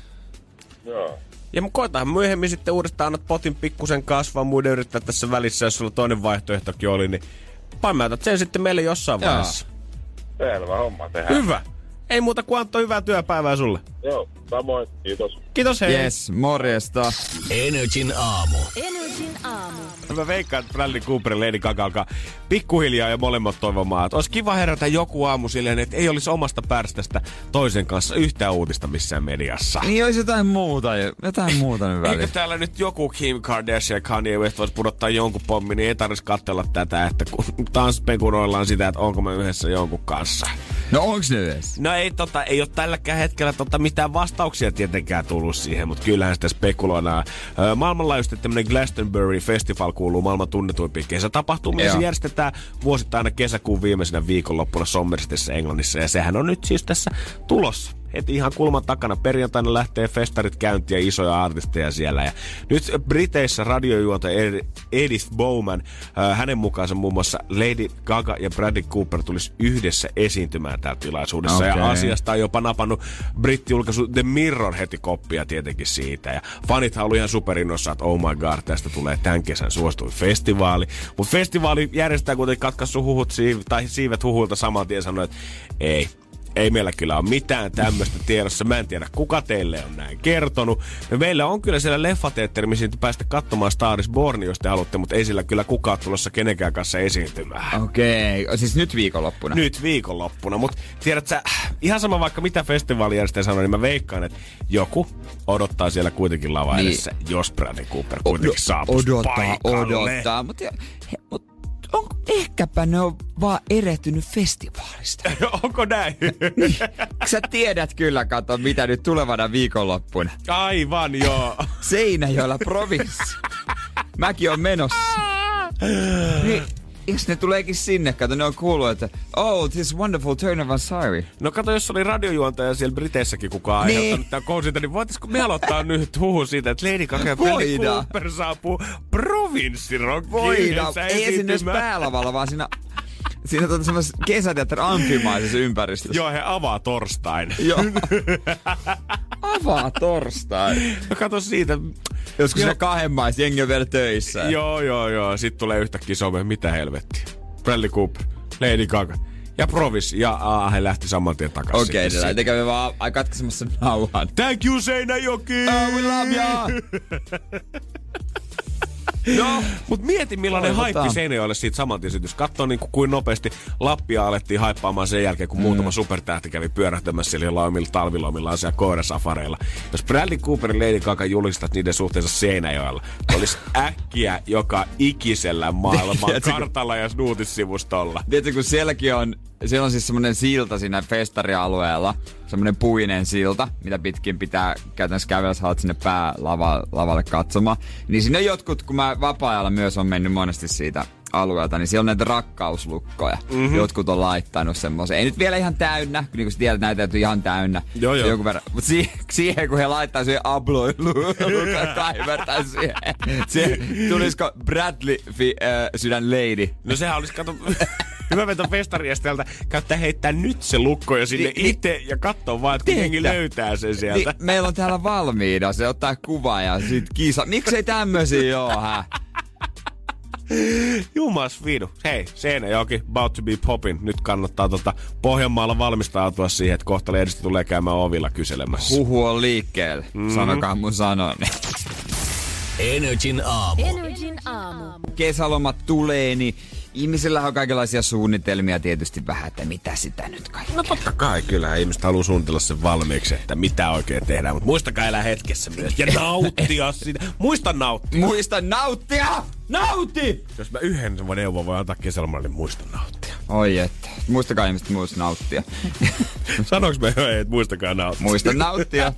Joo. Ja koetaan myöhemmin sitten uudestaan annat potin pikkusen kasvaa, muiden yrittää tässä välissä, jos sulla toinen vaihtoehtokin oli, niin paimäätät sen sitten meille jossain Joo. vaiheessa. Selvä homma tehdään. Hyvä. Ei muuta kuin Antto, hyvää työpäivää sulle. Joo, samoin. Kiitos. Kiitos, hei. Yes, morjesta. Energin aamu. Energin aamu. Mä veikkaan, että Bradley Cooper ja Lady Gaga alkaa pikkuhiljaa ja molemmat toivomaan, että olisi kiva herätä joku aamu silleen, että ei olisi omasta pärstästä toisen kanssa yhtään uutista missään mediassa. Niin olisi jotain muuta, jotain muuta nyt väliin. Eikö täällä nyt joku Kim Kardashian ja Kanye West voisi pudottaa jonkun pommin, niin ei tarvitsisi katsella tätä, että kun taas spekuloillaan sitä, että onko me yhdessä jonkun kanssa. No onks ne edes? No ei, tota, ei ole tälläkään hetkellä tota, mitään vastauksia tietenkään tullut siihen, mutta kyllähän sitä spekuloidaan. Öö, maailmanlaajuisesti tämmönen Glastonbury Festival kuuluu maailman tunnetuimpiin kesätapahtumiin. Se järjestetään vuosittain aina kesäkuun viimeisenä viikonloppuna Somersetissa Englannissa, ja sehän on nyt siis tässä tulossa. Heti ihan kulman takana perjantaina lähtee festarit käyntiin ja isoja artisteja siellä. Ja nyt Briteissä radiojuontaja Edith Bowman, äh, hänen mukaansa muun muassa Lady Gaga ja Bradley Cooper tulisi yhdessä esiintymään täällä tilaisuudessa. Okay. Ja asiasta on jopa napannut brittijulkaisu The Mirror heti koppia tietenkin siitä. Ja fanithan oli ihan superinnossa, että oh my god, tästä tulee tämän kesän suosituin festivaali. Mutta festivaali järjestää kuitenkin katkaisu huhut siiv- tai siivet huhulta saman tien sanoi, että ei. Ei meillä kyllä ole mitään tämmöistä tiedossa. Mä en tiedä, kuka teille on näin kertonut. Ja meillä on kyllä siellä leffateatteri, missä päästä katsomaan Star is Born, jos te haluatte, mutta ei sillä kyllä kukaan tulossa kenenkään kanssa esiintymään. Okei, okay. Siis nyt viikonloppuna? Nyt viikonloppuna, mutta tiedät sä, ihan sama vaikka mitä festivaalijärjestäjä sanoo, niin mä veikkaan, että joku odottaa siellä kuitenkin lava edessä, niin. Jos Bradley Cooper kuitenkin saapuisi odottaa, paikalle. Odottaa, mutta mut, on, ehkäpä ne on vaan erehtynyt festivaalista. Onko näin? Niin. Sä tiedät kyllä, kato, mitä nyt tulevana viikonloppuna. Aivan, joo. Seinäjoella provinssi. Mäkin on menossa. Niin, jos ne tuleekin sinne, kato, ne on kuullut, että oh, this wonderful turn of Ansari. No kato, jos oli radiojuontaja siellä Briteissäkin kukaan niin. aiheuttanut tämän kousilta, niin voitaisko me aloittaa nyt huhu siitä, että Lady Gaga ja Bradley Cooper saapuu provinssirokkiin. Voidaan. Ei sinne edes päälavalla, vaan siinä, siinä tuota semmoisessa kesäteatterin amfimaisessa ympäristössä. Joo, he avaa torstain. Joo. Avaa torstain. No kato siitä. Joskus siinä kahden maissa jengi on vielä töissä. Joo, joo, joo. Sitten tulee yhtäkkiä some. Mitä helvettiä? Bradley Cooper, Lady Gaga ja Provis. Ja aa, he lähti saman tien takaisin. Okei, okay, ne kävi vaan katkaisemassa nauhan. Thank you, Seinäjoki! Oh, we love ya! No, mut mieti millainen haippi Seinäjoelle siitä samantiesitys. Katsoo niin kuin nopeasti Lappia alettiin haippaamaan sen jälkeen, kun mm. muutama supertähti kävi pyörähtämässä siellä laumilla talvilomillaan siellä koirasafareilla. Jos Bradley Cooper ja Lady Gaga julistat niiden suhteensa Seinäjoella, olisi äkkiä joka ikisellä maailman kartalla ja snuutissivustolla. Tiedätkö, kun sielläkin on, siellä on siis semmonen silta siinä festarialueella, semmonen puinen silta, mitä pitkin pitää käytännössä kävellä, jos haluat sinne päälavalle katsomaan. Niin siinä on jotkut, kun mä vapaa-ajalla myös on mennyt monesti siitä alueelta, niin siellä on näitä rakkauslukkoja. Mm-hmm. Jotkut on laittanut semmoisen. Ei nyt vielä ihan täynnä, niin kuin sä tiedät, näytäytyy ihan täynnä. Joo, joo. Joku verran. Mutta siihen, siihen, kun he laittaa siihen abloilukan kaivertaa siihen. siihen tulisiko Bradley fi, äh, sydän lady? No sehän olisi, kato, hyvä veto festariesteltä, käyttää heittää nyt se lukko jo sinne Ni, itse ja katsoo vaan, että jengi löytää sen sieltä. Ni, meillä on täällä valmiina se ottaa kuva ja sit kisa. Miksei tämmösiä oo, hä? Jumas vidu. Hei, Seinäjoki, about to be poppin. Nyt kannattaa tota Pohjanmaalla valmistautua siihen, että kohta lehdestä tulee käymään ovilla kyselemässä. Huhu on liikkeellä. Mm-hmm. Sanokaa mun sanoni. Energin aamu. Energin aamu. Kesälomat tulee, niin ihmisillä on kaikenlaisia suunnitelmia tietysti vähän, että mitä sitä nyt kaikkea. No totta kai, kyllä ihmiset haluaa suunnitella sen valmiiksi, että mitä oikein tehdään. Mutta muistakaa elää hetkessä myös ja nauttia sitä. Muista nauttia. Muista nauttia! Nauti! Jos mä yhden neuvon voi antaa kesälomalle, niin muista nauttia. Oi että. Muistakaa ihmiset muista nauttia. Sanoinko mä jo, että muistakaa nauttia? Muista nauttia.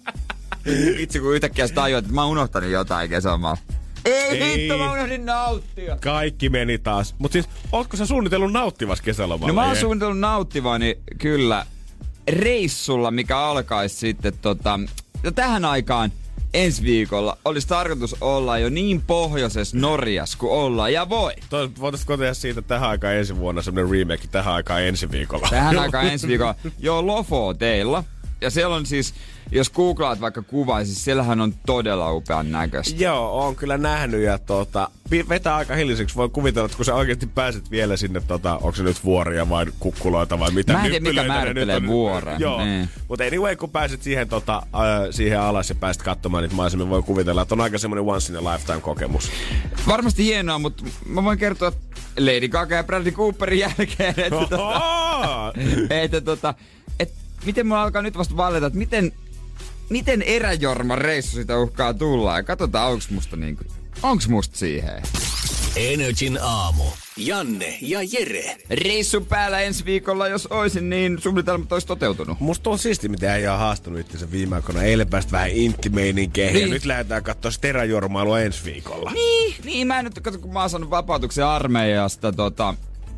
Itse kun yhtäkkiä sä tajuat, että mä oon unohtanut jotain kesälomalla. Ei hitto, mä unohdin nauttia. Kaikki meni taas. Mut siis, ootko sä suunnitellut nauttivas kesälomalla? No mä oon suunnitellut nauttivani kyllä reissulla, mikä alkaisi sitten tota... No tähän aikaan ensi viikolla olisi tarkoitus olla jo niin pohjoisessa Norjassa kuin ollaan ja voi. Voitaisko tehdä siitä tähän aikaan ensi vuonna semmonen remake tähän aikaan ensi viikolla? Tähän aikaan ensi viikolla. Joo, Lofoteilla. Ja siellä on siis, jos googlaat vaikka kuvaa, siis siellähän on todella upean näköistä. Joo, oon kyllä nähnyt ja tota, vetää aika hiljaiseksi. Voi kuvitella, että kun sä oikeasti pääset vielä sinne, tota, onko se nyt vuoria vai kukkuloita vai mitä. Mä en tiedä, mikä määrittelee vuoren. Joo, niin. Mutta anyway, kun pääset siihen, tota, äh, siihen alas ja pääset katsomaan niitä maisemia, voi kuvitella, että on aika semmoinen once in a lifetime kokemus. Varmasti hienoa, mutta mä voin kertoa Lady Gaga ja Bradley Cooperin jälkeen, että, tota, että tota, et, miten mulla alkaa nyt vasta valita, että miten, miten eräjorma reissu sitä uhkaa tulla. Ja katsotaan, onks musta niinku, onks musta siihen. Energin aamu. Janne ja Jere. Reissun päällä ensi viikolla, jos oisin, niin suunnitelmat ois toteutunut. Musta on siisti, mitä ei ole haastanut itsensä viime aikoina. Eilen päästä vähän inttimeininkeihin niin. Ja nyt lähdetään katsoa eräjormailua ensi viikolla. Niin, niin mä en nyt katso, kun mä oon saanut vapautuksen armeijasta tota,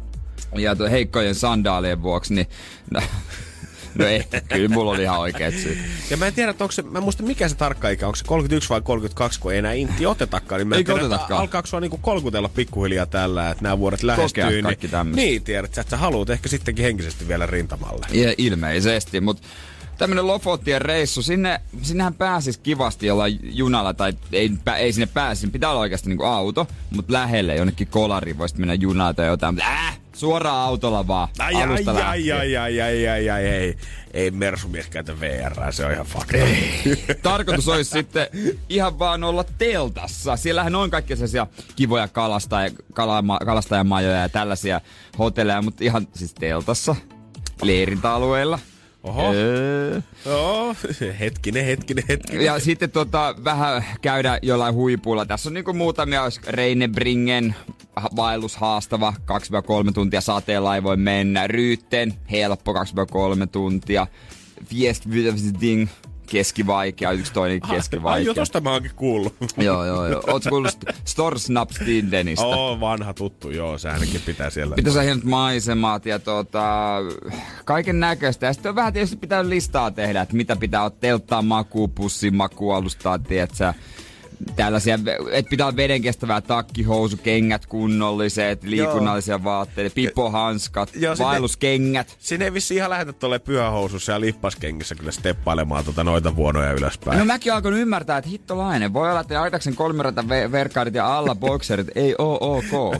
ja to, heikkojen sandaalien vuoksi, niin... No, no ei, kyllä mulla oli ihan oikeet syyt. Ja mä en tiedä, että onko se, mä en muista mikä se tarkka ikä, onko se kolmekymmentäyksi vai kolmekymmentäkaksi, kun ei enää intti otetakaan. Niin mä en tiedä, alkaako sua niinku kolkutella pikkuhiljaa tällä, että nämä vuodet lähestyy. Kokea kaikki tämmöistä. Niin, tiedät, että sä haluut ehkä sittenkin henkisesti vielä rintamalle. Ja ilmeisesti, mutta tämmönen Lofotien reissu, sinne, sinnehän pääsis kivasti jollain junalla, tai ei, ei sinne pääsi, pitää olla oikeasti niinku auto, mutta lähelle jonnekin kolariin voisit mennä junalla tai jotain, mutta äh, suoraan autolla vaan, ai, alusta ai, lähtien. Ai, ai, ai, ai, ai, ei, ei Mersumies käytä V R, se on ihan fakta. Tarkoitus olisi sitten ihan vaan olla teltassa. Siellähän on kaikkia sellaisia kivoja kalastaja, kalama, kalastajamajoja ja tällaisia hotelleja, mutta ihan siis teltassa, leirintäalueella. Oho. Öö. Oh, hetkinen, hetkinen, hetkinen. Ja sitten tota, vähän käydä jollain huipulla. Tässä on niinku muutamia, olisi Reinebringen, vaellus haastava, kaksi kolme tuntia sateella ei voi mennä. Ryytten, helppo, kaksi kolme tuntia. Fiestviting, keskivaikea, yksi toinen keskivaikea. Ai jo, tosta mä oonkin kuullut. Joo, joo, joo. Ootko kuullut Storsnaps Tindenistä? Oo, vanha tuttu, joo, se ainakin pitää siellä. Pitäisi hienot maisemat ja tota, kaiken näköistä. Ja sitten on vähän tietysti pitää listaa tehdä, että mitä pitää ottaa, telttaa makuu, pussin makualustaa, tietsä. Tällaisia, että pitää olla vedenkestävää takkihousu, kengät kunnolliset, liikunnallisia joo. vaatteita, pipohanskat, joo, vaelluskengät. Sinne ei vissiin ihan lähetä tuolle pyhähousussa ja lippaskengissä kyllä steppailemaan tuota noita vuonoja ylöspäin. No mäkin alkoin ymmärtää, että hittolainen. Voi olla, että Aitaksen kolmirata verkkaarit ja alla bokserit ei oo ok.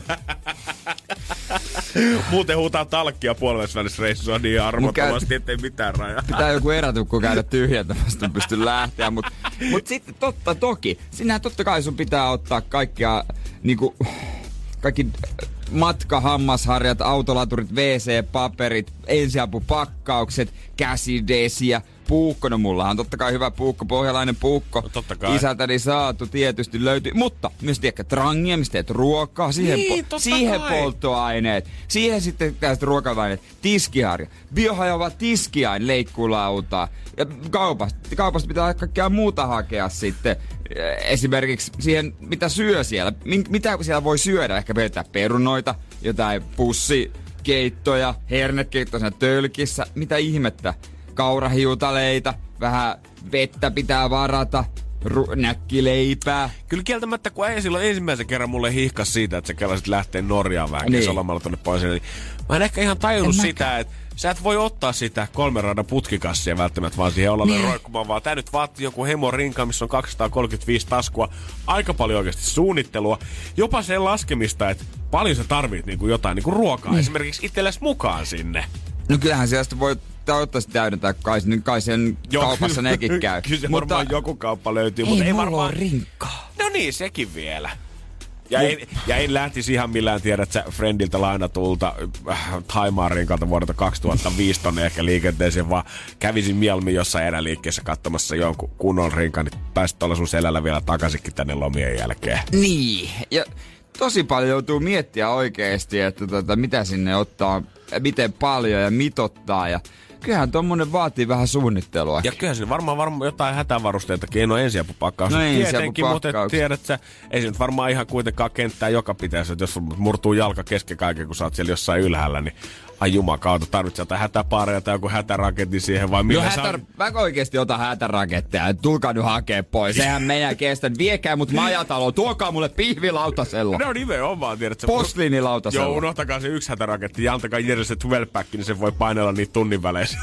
Muuten huutaa talkkia puolellisvälissä reissussa niin arvottomasti, ettei mitään rajaa. Pitää joku erätukku käydä tyhjentämästä, pysty lähteä. Mutta mut sitten totta toki, sinähän totta kai sun pitää ottaa kaikkia niinku, kaikki matka, hammasharjat, autolaturit, wc-paperit, ensiapupakkaukset, käsidesiä, puukko. No mullahan on totta kai hyvä puukko, pohjalainen puukko. No, totta kai. Isältäni saatu tietysti löytyy. Mutta myös tiedätkö, trangia, mistä teet ruokaa, siihen, niin, po- siihen polttoaineet, siihen sitten tällaiset ruoka-aineet, tiskiharja, biohajoava tiskiain, leikkulauta. Ja kaupasta, kaupasta pitää kaikkea muuta hakea sitten. Esimerkiksi siihen, mitä syö siellä, mitä siellä voi syödä, ehkä vetää perunoita, jotain pussikeittoja, hernekeittoja siinä tölkissä, mitä ihmettä. Kaurahiutaleita, vähän vettä pitää varata, ru- näkkileipää. Kyllä kieltämättä, kun ei silloin ensimmäisen kerran mulle hihkas siitä, että sä kelasit lähteä Norjaan vähän niin. kesälomalla tonne pois, niin mä en ehkä ihan tajunnut en sitä, että sä et voi ottaa sitä kolmen radan putkikassia välttämättä vaan siihen olalle niin. roikkumaan, vaan tää nyt vaatii joku hemorinka, missä on kaksisataakolmekymmentäviisi taskua, aika paljon oikeasti suunnittelua, jopa sen laskemista, että paljon sä tarvit niinku jotain niinku ruokaa niin. esimerkiksi itsellesi mukaan sinne. No kyllähän siellä voi toivottavasti täydentää, kai, kai sen Joo, kaupassa kyllä, nekin käy. Kyllä se mutta varmaan joku kauppa löytyy, ei mutta ei varmaan... varmaan... rinkkaa. No niin, sekin vielä. Ja, Mut... en, ja en lähtisi ihan millään tiedät sä Friendiltä lainatulta äh, Thaimaan rinkalta vuodelta kaksituhattaviisi tonne ehkä liikenteeseen, vaan kävisin mieluummin jossain eräliikkeessä katsomassa jonkun kunnon rinkan, niin pääsit tuolla sun selällä vielä takaisinkin tänne lomien jälkeen. Niin, ja tosi paljon joutuu miettiä oikeesti, että tota, mitä sinne ottaa, miten paljon ja mitottaa ja kyllähän tommonen vaatii vähän suunnittelua. Ja kyllähän siinä varmaan, varmaan jotain hätävarusteitakin, en ole ensiapupakkaus. No tietenkin, mutta tiedät sä, ei se nyt varmaan ihan kuitenkaan kenttää joka pitäisi, että jos murtuu jalka kesken kaiken, kun sä oot siellä jossain ylhäällä, niin ai jumakauta, tarvitset jotain hätäpaareja tai joku hätäraketti siihen vai millä no, hätä, on... Mä oikeesti otan hätäraketteja, tulkaa nyt hakee pois. Eihän meidän kestä, viekää mut majataloon, tuokaa mulle pihvilautasella. No nimenomaan, tiedät sä. Posliinilautasella. Joo, unohtakaa se yksi hätäraketti ja antakaa Jere se twelve pack, niin se voi painella niitä tunnin väleissä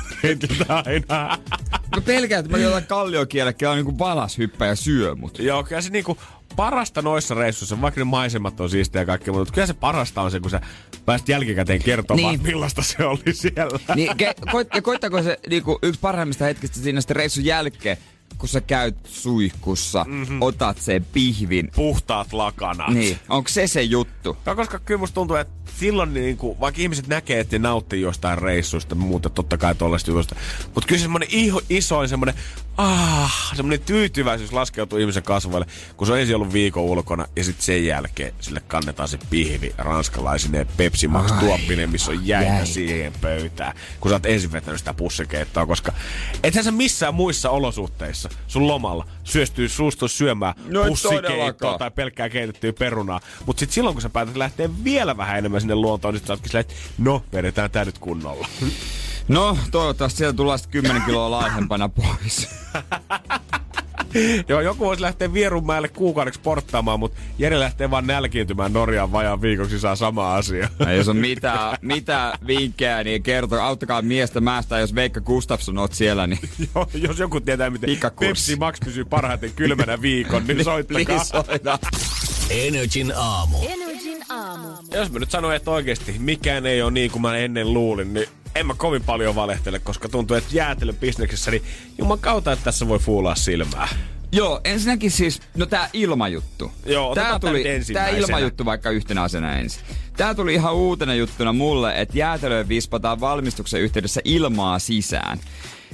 aina. Mä pelkään, että mä jotain kalliokielekkiä on niinku valas hyppää ja syö mut. Joo, kyllä se niinku parasta noissa reissuissa, vaikka ne maisemat on siistejä ja kaikkea, mutta kyllä se parasta on se, kun sä pääsit jälkikäteen kertomaan, niin. millaista se oli siellä. Niin, ke- koit, ja koittako se niinku, yksi parhaimmista hetkistä siinä sitten reissun jälkeen, kun sä käyt suihkussa, mm-hmm. otat sen pihvin. Puhtaat lakanat. Niin, onko se se juttu? No, koska kyllä musta tuntuu, että silloin niinku, vaikka ihmiset näkee, että ne nauttii jostain reissuista, muuta totta kai tollaista jutusta, mutta kyllä semmonen iho, isoin semmonen, ah, semmonen tyytyväisyys laskeutuu ihmisen kasvoille, kun se on ensin ollut viikon ulkona ja sitten sen jälkeen sille kannetaan se pihvi ranskalaisine Pepsi Max tuoppinen, missä on jäitä jäitä siihen pöytään, kun sä oot ensin vetänyt sitä pussikeittoa, koska ethän sä missään muissa olosuhteissa sun lomalla syöstyy suustu syömään no pussikeittoa tai pelkkää keitettyä perunaa. Mut sit silloin, kun sä päätät lähteä vielä vähän enemmän sinne luontoon, niin sä ootkin silleen, että no, vedetään tää nyt kunnolla. No, toivottavasti sieltä tullaan sitten kymmenen kiloa laihempana pois. Joo, joku voisi lähteä Vierunmäelle kuukaudeksi porttaamaan, mutta Jere lähtee vaan nälkiintymään Norjaan vajaan viikoksi, saa sama asia. Ja jos on mitään, mitään vinkkejä, niin kertoo, auttakaa miestä määstä, jos Veikka Gustafsson oot siellä, niin... Joo, jos joku tietää, miten Pepsi Max pysyy parhaiten kylmänä viikon, niin soittakaa. Soita. Energin aamu. Energin aamu. Jos mä nyt sanon, että oikeesti mikään ei ole niin kuin mä ennen luulin, niin en mä kovin paljon valehtele, koska tuntuu, että jäätelöbisneksessä, niin juman kautta, että tässä voi fuulaa silmää. Joo, ensinnäkin siis, no tää ilmajuttu. Joo, tää tuli, tää ilmajuttu vaikka yhtenä asiana ensin. Tää tuli ihan uutena juttuna mulle, että jäätelöön vispataan valmistuksen yhteydessä ilmaa sisään.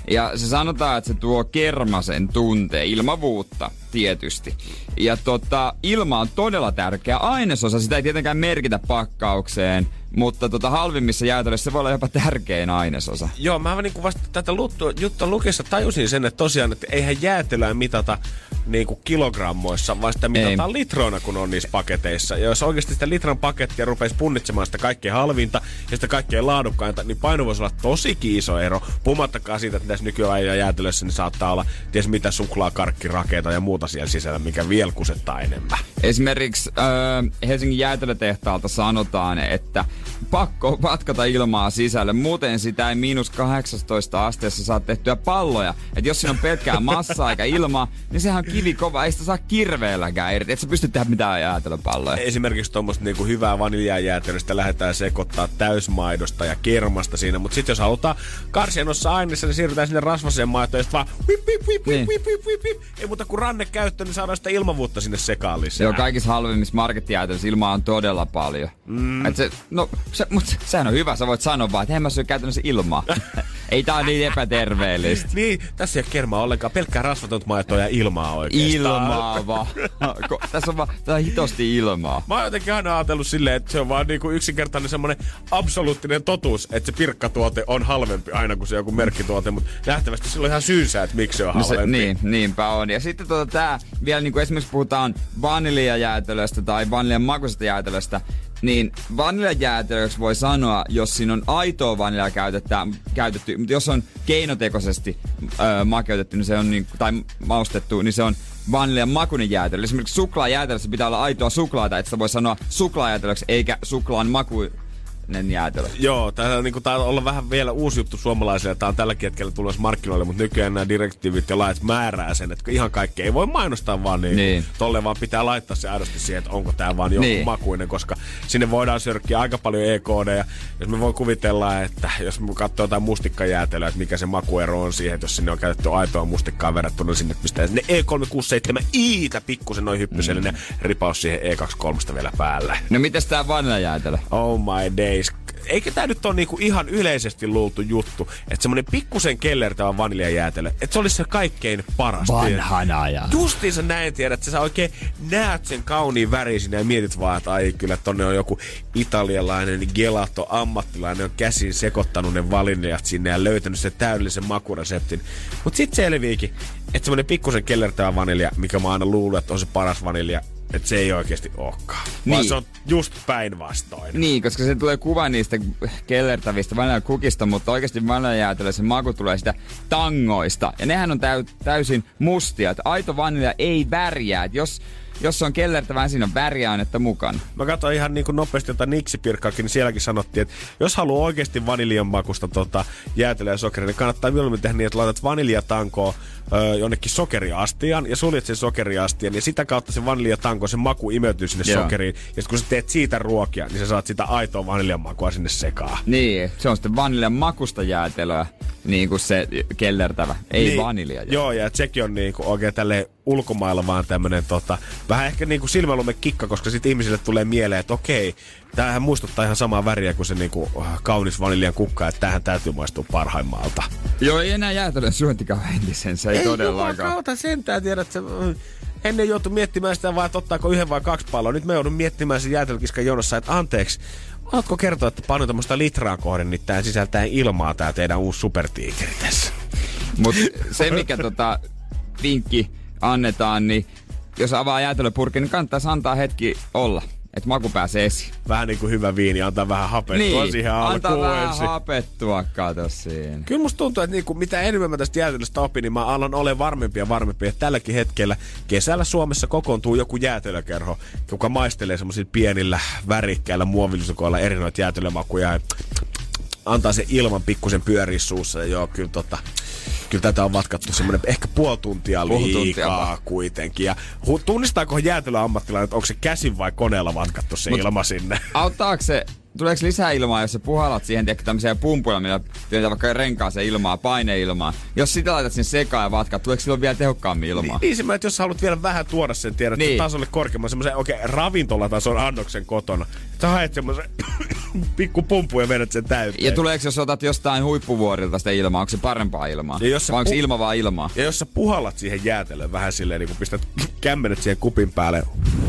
Ja se sanotaan, että se tuo kermasen tunteen, ilmavuutta tietysti. Ja tota, ilma on todella tärkeä ainesosa, sitä ei tietenkään merkitä pakkaukseen, mutta tota, halvimmissa jäätelöissä se voi olla jopa tärkein ainesosa. Joo, mä niin vasta tätä juttua lukessa tajusin sen, että tosiaan, että eihän jäätelöä mitata niin kuin kilogrammoissa, vaan sitä mitataan ei. litroina, kun on niissä paketeissa. Ja jos oikeasti sitä litran pakettia rupeisi punnitsemaan sitä kaikkein halvinta ja sitä kaikkein laadukkainta, niin paino voisi olla tosikin iso ero. Puhumattakaan siitä, että tässä nykyään jäätelössä niin saattaa olla ties mitä suklaa, karkki, rakeita ja muuta siellä sisällä, mikä vielä kusettaa enemmän. Esimerkiksi äh, Helsingin jäätelötehtaalta sanotaan, että pakko vatkata ilmaa sisälle, muuten sitä ei miinus kahdeksantoista asteessa saa tehtyä palloja. Että jos siinä on pelkkää massaa eikä ilmaa, niin sehän on kivi kova, ei sitä saa kirveelläkään irti. Et sä pysty tehdä mitään jäätelöpalloja. Esimerkiksi tuommoista niinku hyvää vaniljajäätelöstä lähdetään sekoittaa täysmaidosta ja kermasta siinä, mutta sitten jos halutaan karsia noissa aineissa, niin siirrytään sinne rasvaseen maitoon ja sitten vaan whip, whip, whip, whip, whip, whip, whip, whip. Ei muuta kuin rannekäyttö, niin saadaan sitä ilmavuutta sinne sekaan lisää. Joo, kaikissa halvimmissa markettijäätelöissä ilmaa on todella paljon. Mm. Et se, no, se, mutta sehän on hyvä, sä voit sanoa vaan, että en mä syö käytännössä ilmaa. Ei tää on niin epäterveellistä. Niin, tässä ei ole kermaa ollenkaan, pelkkää rasvatonta maitoa ja ilmaa oikeastaan. Ilmaa vaan. Tässä on vaan, tää on hitosti ilmaa. Mä oon jotenkin aina ajatellut silleen, että se on vaan niinku yksinkertainen semmonen absoluuttinen totuus, että se pirkkatuote on halvempi aina kuin se joku merkkituote, mutta nähtävästi sillä on ihan syynsä, että miksi se on halvempi. No se, niin, niinpä on. Ja sitten tota tää, vielä niinku esimerkiksi puhutaan vaniljajäätelöstä tai vaniljan makuisesta jäätelöstä, niin vaniljajäätelöksi voi sanoa, jos siinä on aitoa vaniljaa käytetty, mutta jos on keinotekoisesti öö, makeutettu niin se on niin, tai maustettu, niin se on vaniljan makuinen jäätelö. Esimerkiksi suklaajäätelössä pitää olla aitoa suklaata, että sitä voi sanoa suklaajäätelöksi eikä suklaan makuinen jäätelö. Joo, tää on, niinku, tää on olla vähän vielä uusi juttu suomalaisille. Tää on tälläkin hetkellä tulossa markkinoille, mutta nykyään nämä direktiivit ja lait määrää sen, että ihan kaikkea ei voi mainostaa vaan niin. niin. Tolle vaan pitää laittaa se aidosti siihen, että onko tää vaan joku niin. makuinen, koska sinne voidaan sörkkiä aika paljon E K D. Jos me voi kuvitella, että jos me katsoo jotain mustikkajäätelöä, että mikä se makuero on siihen, että jos sinne on käytetty aitoa mustikkaa verrattuna sinne, pistää sinne E kolme kuusi seitsemän iitä pikkusen noin hyppysellinen mm. ripaus siihen E kaksikymmentäkolme vielä päälle. No mites tää vaniljajäätelö? Oh my day. Eikä tää nyt ole niinku ihan yleisesti luultu juttu, että semmonen pikkusen kellertävä vaniljajäätelö, että se olisi se kaikkein paras. Vanhana ja... Justiinsa näin tiedät, että sä oikein näet sen kauniin värisin ja mietit vaan, että ai kyllä tonne on joku italialainen gelato ammattilainen on käsin sekoittanut ne vaniljat sinne ja löytänyt sen täydellisen makureseptin. Mut sit selviikin, että semmonen pikkusen kellertävä vanilja, mikä mä aina luullut, että on se paras vanilja, että se ei oikeesti olekaan. Niin. Vaan se on just päinvastoin. Niin, koska se tulee kuva niistä kellertävistä vaniljakukista, mutta oikeesti vaniljajäätelö se maku tulee sitä tangoista. Ja nehän on täy- täysin mustia. Että aito vanilja ei värjää. Et jos... Jos se on kellertävää, siinä on väriainetta mukana. Mä katsoin ihan niin kuin nopeasti jotain niksipirkkaakin, niin sielläkin sanottiin, että jos haluaa oikeasti vaniljan makusta tota, jäätelöä ja sokeria, niin kannattaa mieluummin tehdä niin, että laitat vaniljatankoa öö, jonnekin sokeriastiaan ja suljet sen sokeriastian ja sitä kautta se vaniljatanko, se maku imeytyy sinne Joo. sokeriin. Ja sitten kun sä teet siitä ruokia, niin sä saat sitä aitoa vaniljan makua sinne sekaan. Niin, se on sitten vaniljan makusta jäätelöä, niin kuin se kellertävä, ei niin, vanilja. Joo, ja sekin on niin kuin oikein tälleen ulkomailla vaan tämmönen tota, vähän ehkä niinku silmälumen kikka, koska sit ihmisille tulee mieleen, että okei, tämähän muistuttaa ihan samaa väriä kuin se niinku kaunis vaniljan kukka, että tämähän täytyy maistua parhaimmalta. Joo, ei enää jäätelön syöntikään entisen, se ei, ei todellakaan. Ei kautta sentään, tiedät, että ennen joutui miettimään sitä vaan, että ottaako yhden vai kaksi palloa. Nyt me joudun miettimään sen jäätelökiskan jonossa, että anteeksi, oletko kertoa, että paljon tämmöistä litraa kohden, niin tää sisältää ilmaa tää teidän uusi supertiikeri tässä. Mut se mikä tota vinkki annetaan, niin jos avaa jäätelöpurkin, niin kannattaisi antaa hetki olla, että maku pääsee esiin. Vähän niin kuin hyvä viini, antaa vähän hapettua niin, siihen alkuun antaa vähän ensin. hapettua, kato siinä. Kyllä musta tuntuu, että niinku, mitä enemmän mä tästä jäätelöstä opin, niin mä alan ole varmempi ja varmempi. Että tälläkin hetkellä kesällä Suomessa kokoontuu joku jäätelökerho, joka maistelee semmoisilla pienillä värikkäillä muovilusukoilla eri noita jäätelömakuja ja antaa sen ilman pikkusen pyöriä suussa. Ja joo, kyllä tota... Kyllä tätä on vatkattu semmoinen ehkä puoli tuntia liikaa kuitenkin. Ja hu- tunnistaako jäätelöammattilainen, että onko se käsin vai koneella vatkattu se Mut ilma sinne? Auttaako se, tuleeko lisää ilmaa, jos sä puhallat siihen tiedätkö tämmöisiä pumpuja, millä työntää vaikka renkaaseen ilmaa, paineilmaa. Jos sitä laitat sen sekaan ja vatkat, tuleeko silloin vielä tehokkaammin ilmaa? Niin, niin että jos sä haluat vielä vähän tuoda sen tiedät, niin. tasolle korkeamman semmoisen oikein ravintolatason annoksen kotona. Sä haet semmoisen pikku pumpu ja vedät sen täyteen. Ja tuleeko, jos otat jostain huippuvuorilta sitä ilmaa, onko se parempaa ilmaa? Ja jos vai onko pu- ilma vaan ilmaa? Ja jos sä puhallat siihen jäätelöön vähän silleen, niin kun pistät kämmenet siihen kupin päälle,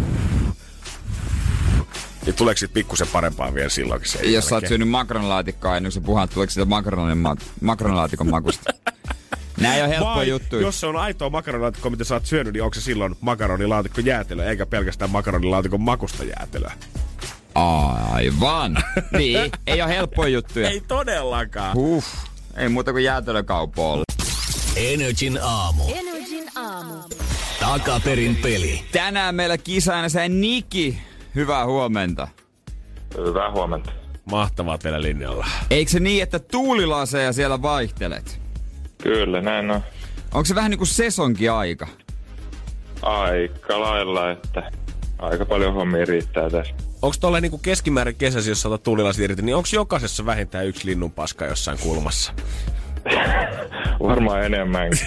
niin tuleeko siitä pikkusen parempaa vielä silloinkin sen Jos jälkeen? sä oot syönyt makaronilaatikkoa ennen kuin sä puhat, tuleeko siitä makaronilaatikon makusta? Nää ei ole helppoja Vai juttuja. jos se on aitoa makaronilaatikkoa, mitä sä oot syönyt, niin onko se silloin makaronilaatikko jäätelö, eikä pelkästään makaronilaatikon makusta jäätelöä? Aivan. Niin, ei ole helppoja juttuja. Ei todellakaan. Huh, ei muuta kuin jäätelökaupoilla. Energin aamu. Energin aamu. Takaperin peli. Tänään meillä kisaina se Niki. Hyvää huomenta. Hyvää huomenta. Mahtavaa teillä linjalla. Eikö se niin, että tuulilaseja siellä vaihtelet? Kyllä, näin on. Onko se vähän niin kuin sesonki-aika? Aika lailla, että aika paljon hommia riittää tässä. Onko tolleen niinku keskimäärin kesäsi, jos otat tuulilasit irti, niin onko jokaisessa vähintään yksi linnunpaska jossain kulmassa? Varmaan enemmänkin.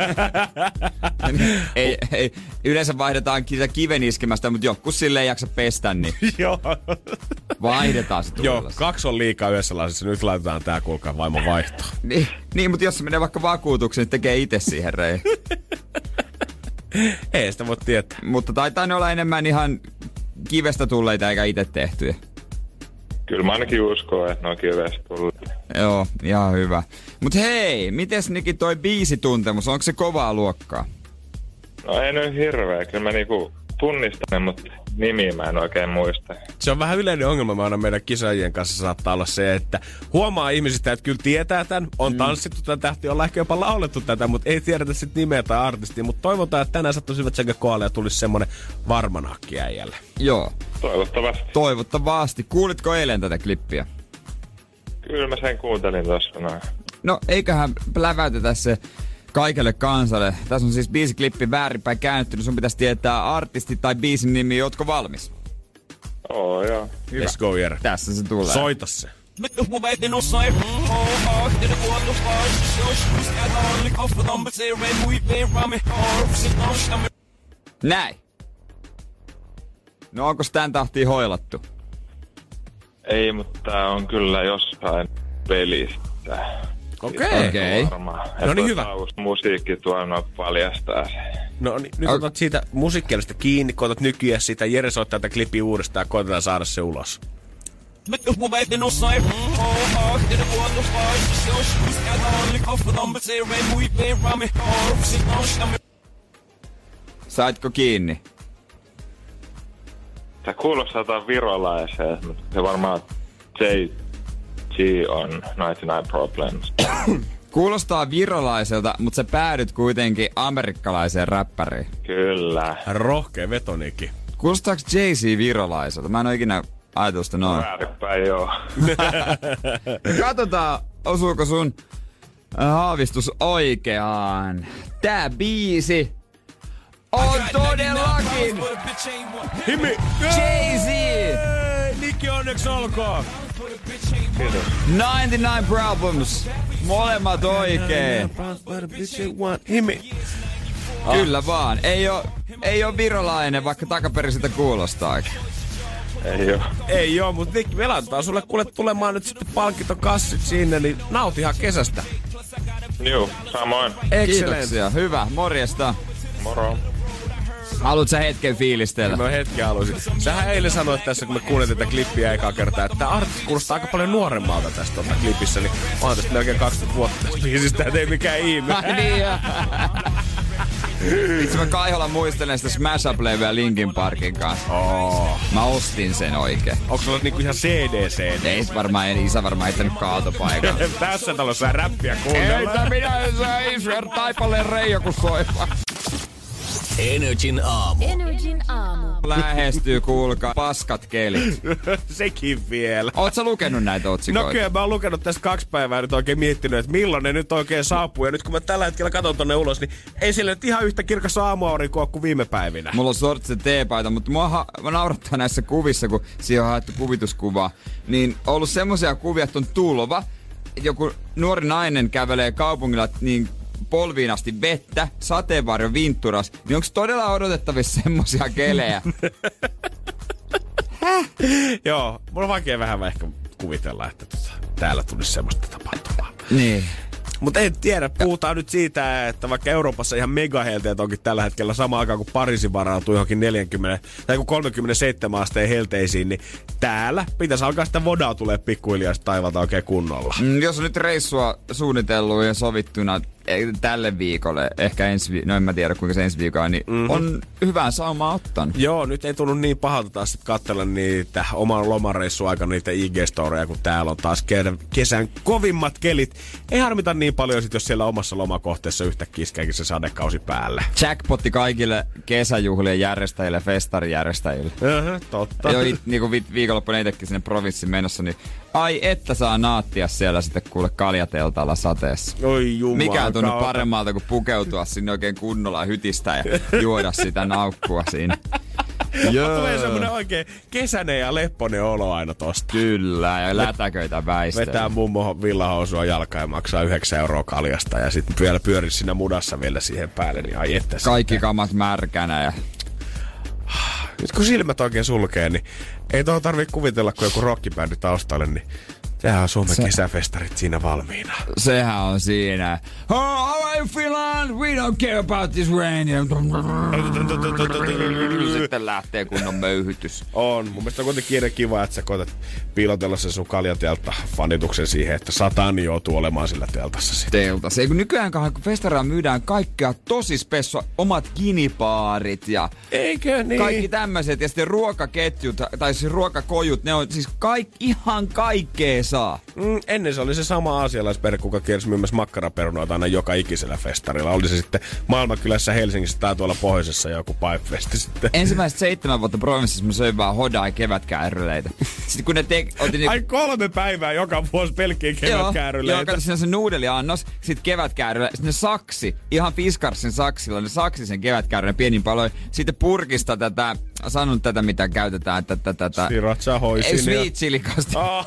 ei, ei, yleensä vaihdetaan sitä kiven iskemästä, mutta joku sille ei jaksa pestä, niin Joo. vaihdetaan se Joo, tuulilasi. kaksi on liikaa yhdessä lasissa. Nyt laitetaan tää kuulkaa vaimon vaihtoon. Niin, niin, mutta jos se menee vaikka vakuutukseen, niin tekee itse siihen rei. Ei sitä voi tietää. Mutta taitaa ne olla enemmän ihan kivestä tulleita eikä itse tehtyjä. Kyllä mä ainakin uskon, että ne on kivestä tullut. Joo, ihan hyvä. Mut hei, mites Niki toi biisituntemus, onko se kovaa luokkaa? No ei nyt hirveä. Kyllä mä niinku tunnistan, mutta nimiä mä en oikein muista. Se on vähän yleinen ongelma aina meidän kisaajien kanssa saattaa olla se, että huomaa ihmisistä, että kyllä tietää tämän, on tanssittu tätä tähtiä, ollaan ehkä jopa laulettu tätä, mutta ei tiedetä sitten nimeä tai artistia. Mutta toivotaan, että tänään sattuisivat sekä koalle ja tulisi semmonen varmanakki äijälle. Joo, Toivottavasti. toivottavasti. Kuulitko eilen tätä klippiä? Kyllä mä sen kuuntelin tossa noin. No eiköhän pläväytetä se kaikelle kansalle. Tässä on siis biisiklippi väärinpäin käännetty, niin sun pitäisi tietää artisti tai biisin nimi. Ootko valmis? Oo, joo. Hyvä. Let's go, Jere. Tässä se tulee. Soita se. Näin. No onko tän tahtiin hoilattu? Ei, mutta tää on kyllä jossain pelistä. Okei. Okei. Varmaan. No niin, hyvä. Musiikki tuolla paljastaa sen. No niin, nyt Ok. otat siitä musiikkielistä kiinni, koetat nykyä sitä. Jere soittaa tätä klippiä uudestaan ja koetetaan saada se ulos. Saitko kiinni? Tää kuulostaa jotain virolaiseen, mutta se varmaan J G on yhdeksänkymmentäyhdeksän Problems. Kuulostaa virolaiselta, mutta sä päädyt kuitenkin amerikkalaiseen räppäriin. Kyllä. Rohkea vetonikki. Kuulostaako Jay-Z virolaiselta? Mä en oo ikinä ajatellut sitä noin. Väärinpäin joo. Katsotaan, osuuko sun haavistus oikeaan. Tää biisi on todellakin Himi! Jay-Z! Ei, Niki, onneksi olkoon! yhdeksänkymmentäyhdeksän Problems. Molemmat oikein. Himi! Kyllä vaan. Ei oo, ei oo virolainen, vaikka takaperin sitä kuulostaakin. Ei oo. Ei joo, mutta Nikki, me laitetaan sulle kuule tulemaan nyt sitten palkintokassit sinne, niin nauti ihan kesästä. Juu, samoin. Excellent. Kiitoksia. Hyvä. Morjesta. Moro. Haluat sä hetken fiilistellä? Mä hetken haluaisin. Sähän eilen sanoit tässä, kun me kuunneltiin tätä klippiä ekaa kertaa, että tää artisti kuulostaa aika paljon nuoremmalta tästä tota klipissä, niin mä oon tästä melkein kaksikymmentä vuotta tästä biisistä, et ei mikään ihme. Ai niin joo. Itse mä Kaiholla muistelen sitä Smash Up-levyä Linkin Parkin kanssa. Oh. Mä ostin sen oikein. Onko sulla niinku ihan C D C? Ei se varmaan, ei isä varmaan heittänyt kaatopaikan. Tässä talossa räppiä Ei kuunnella. minä se Isver Taipaleen Reijo kun soiva. Energin aamu. Energin aamu. Lähestyy, kuulkaa, paskat kelit. Sekin vielä. Oot sä lukenut näitä otsikoita? No kyllä, mä oon lukenut tästä kaksi päivää nyt oikein miettinyt, että milloin ne nyt oikein saapuu. Ja nyt kun mä tällä hetkellä katson tonne ulos, niin ei sille nyt ihan yhtä kirkas aamuaurinkoa kuin viime päivinä. Mulla on sortse teepaita, mutta mua ha- mä naurattaa näissä kuvissa, kun siihen on haettu kuvituskuvaa. Niin on ollut semmosia kuvia, että on tulva. Joku nuori nainen kävelee kaupungilla niin polviin asti vettä, sateenvarjo vintturas. Niin onko todella odotettavissa semmosia kelejä? Joo, mulla on vaikea vähän ehkä kuvitella, että tota, täällä tulisi semmoista tapahtumaa. Niin. Mutta en tiedä, puhutaan nyt siitä, että vaikka Euroopassa ihan megahelteet onkin tällä hetkellä sama aikaan kuin Pariisin varautuu johonkin neljäkymmentä tai kun kolmekymmentäseitsemän asteen helteisiin, niin täällä pitäisi alkaa sitä vodaa tulee pikkuhiljaa taivalta oikein kunnolla. Mm, jos on nyt reissua suunnitellut ja sovittuna tälle viikolle, ehkä ensi viikolla, no en mä tiedä kuinka se ensi viikolla, niin mm-hmm. on hyvää saumaa ottanut. Joo, nyt ei tullut niin pahalta taas sit katsella niitä oman lomareissun aikana niitä I G-storeja, kun täällä on taas kesän kovimmat kelit. Ei harmita niin paljon sit, jos siellä omassa lomakohteessa yhtäkkiä iskeekin se sadekausi päälle. Jackpotti kaikille kesäjuhlien järjestäjille, festarijärjestäjille. Öhö, totta. Joo, niin kuin vi- viikonloppuna itsekin sinne provinssiin menossa, niin ai että saa naattia siellä sitten kuule kaljateltalla sateessa. Oi jumala. Mikä on tunnu paremmalta kuin pukeutua sinne oikein kunnolla hytistä ja juoda sitä naukkua siinä. Joo. Tulee semmonen oikein kesäinen ja lepponen olo aina tosta. Kyllä, ja lätäköitä väistää. Vetää mummo villahousua jalkaan ja maksaa yhdeksän euroa kaljasta ja sitten vielä pyörit siinä mudassa vielä siihen päälle, niin ai että kaikki sitten. Kamat märkänä ja... Nyt kun silmät oikein sulkee, niin ei tuohon tarvitse kuvitella, kun joku rockibändi taustalle, niin sehän on Suomen se... kesäfestarit siinä valmiina. Sehän on siinä. Oh, how are you Finland? We don't care about this rain. Sitten lähtee kunnon möyhytys. On. Mun mielestä on kuitenkin kiva, että sä koetat piilotella sen sun kaljatelta fanituksen siihen, että satani joutuu olemaan sillä teltassa sitten. Teltassa. Ei kun nykyään kun festarilla myydään kaikkea tosi spessua, omat kinipaarit ja eikö niin? Kaikki tämmöiset ja sitten ruokaketjut, tai siis ruokakojut, ne on siis kaik, ihan kaikkea saa. Mm, ennen se oli se sama aasialaisperhe, kuka kiersi myymässä makkaraperunoita aina joka ikisellä festarilla. Oli se sitten Maailmankylässä Helsingissä tai tuolla pohjoisessa joku Pipefesti sitten. Ensimmäiset seitsemän vuotta provinssissa mä söin vaan hodaa ja kevätkäärryleitä. Sitten kun ne te... Niin... Ai kolme päivää joka vuosi pelkkiä kevätkäärryleitä. Joo, joo, siinä on se nuudeliannos, sit kevätkäärryle, sitten ne saksi, ihan Fiskarsin saksilla, ne saksi sen kevätkäärryle pienin paloin. Sitten purkista tätä, sanon tätä mitä käytetään, tätä, tätä... Sriracha hoisin. Sweet chilikasta. Oh.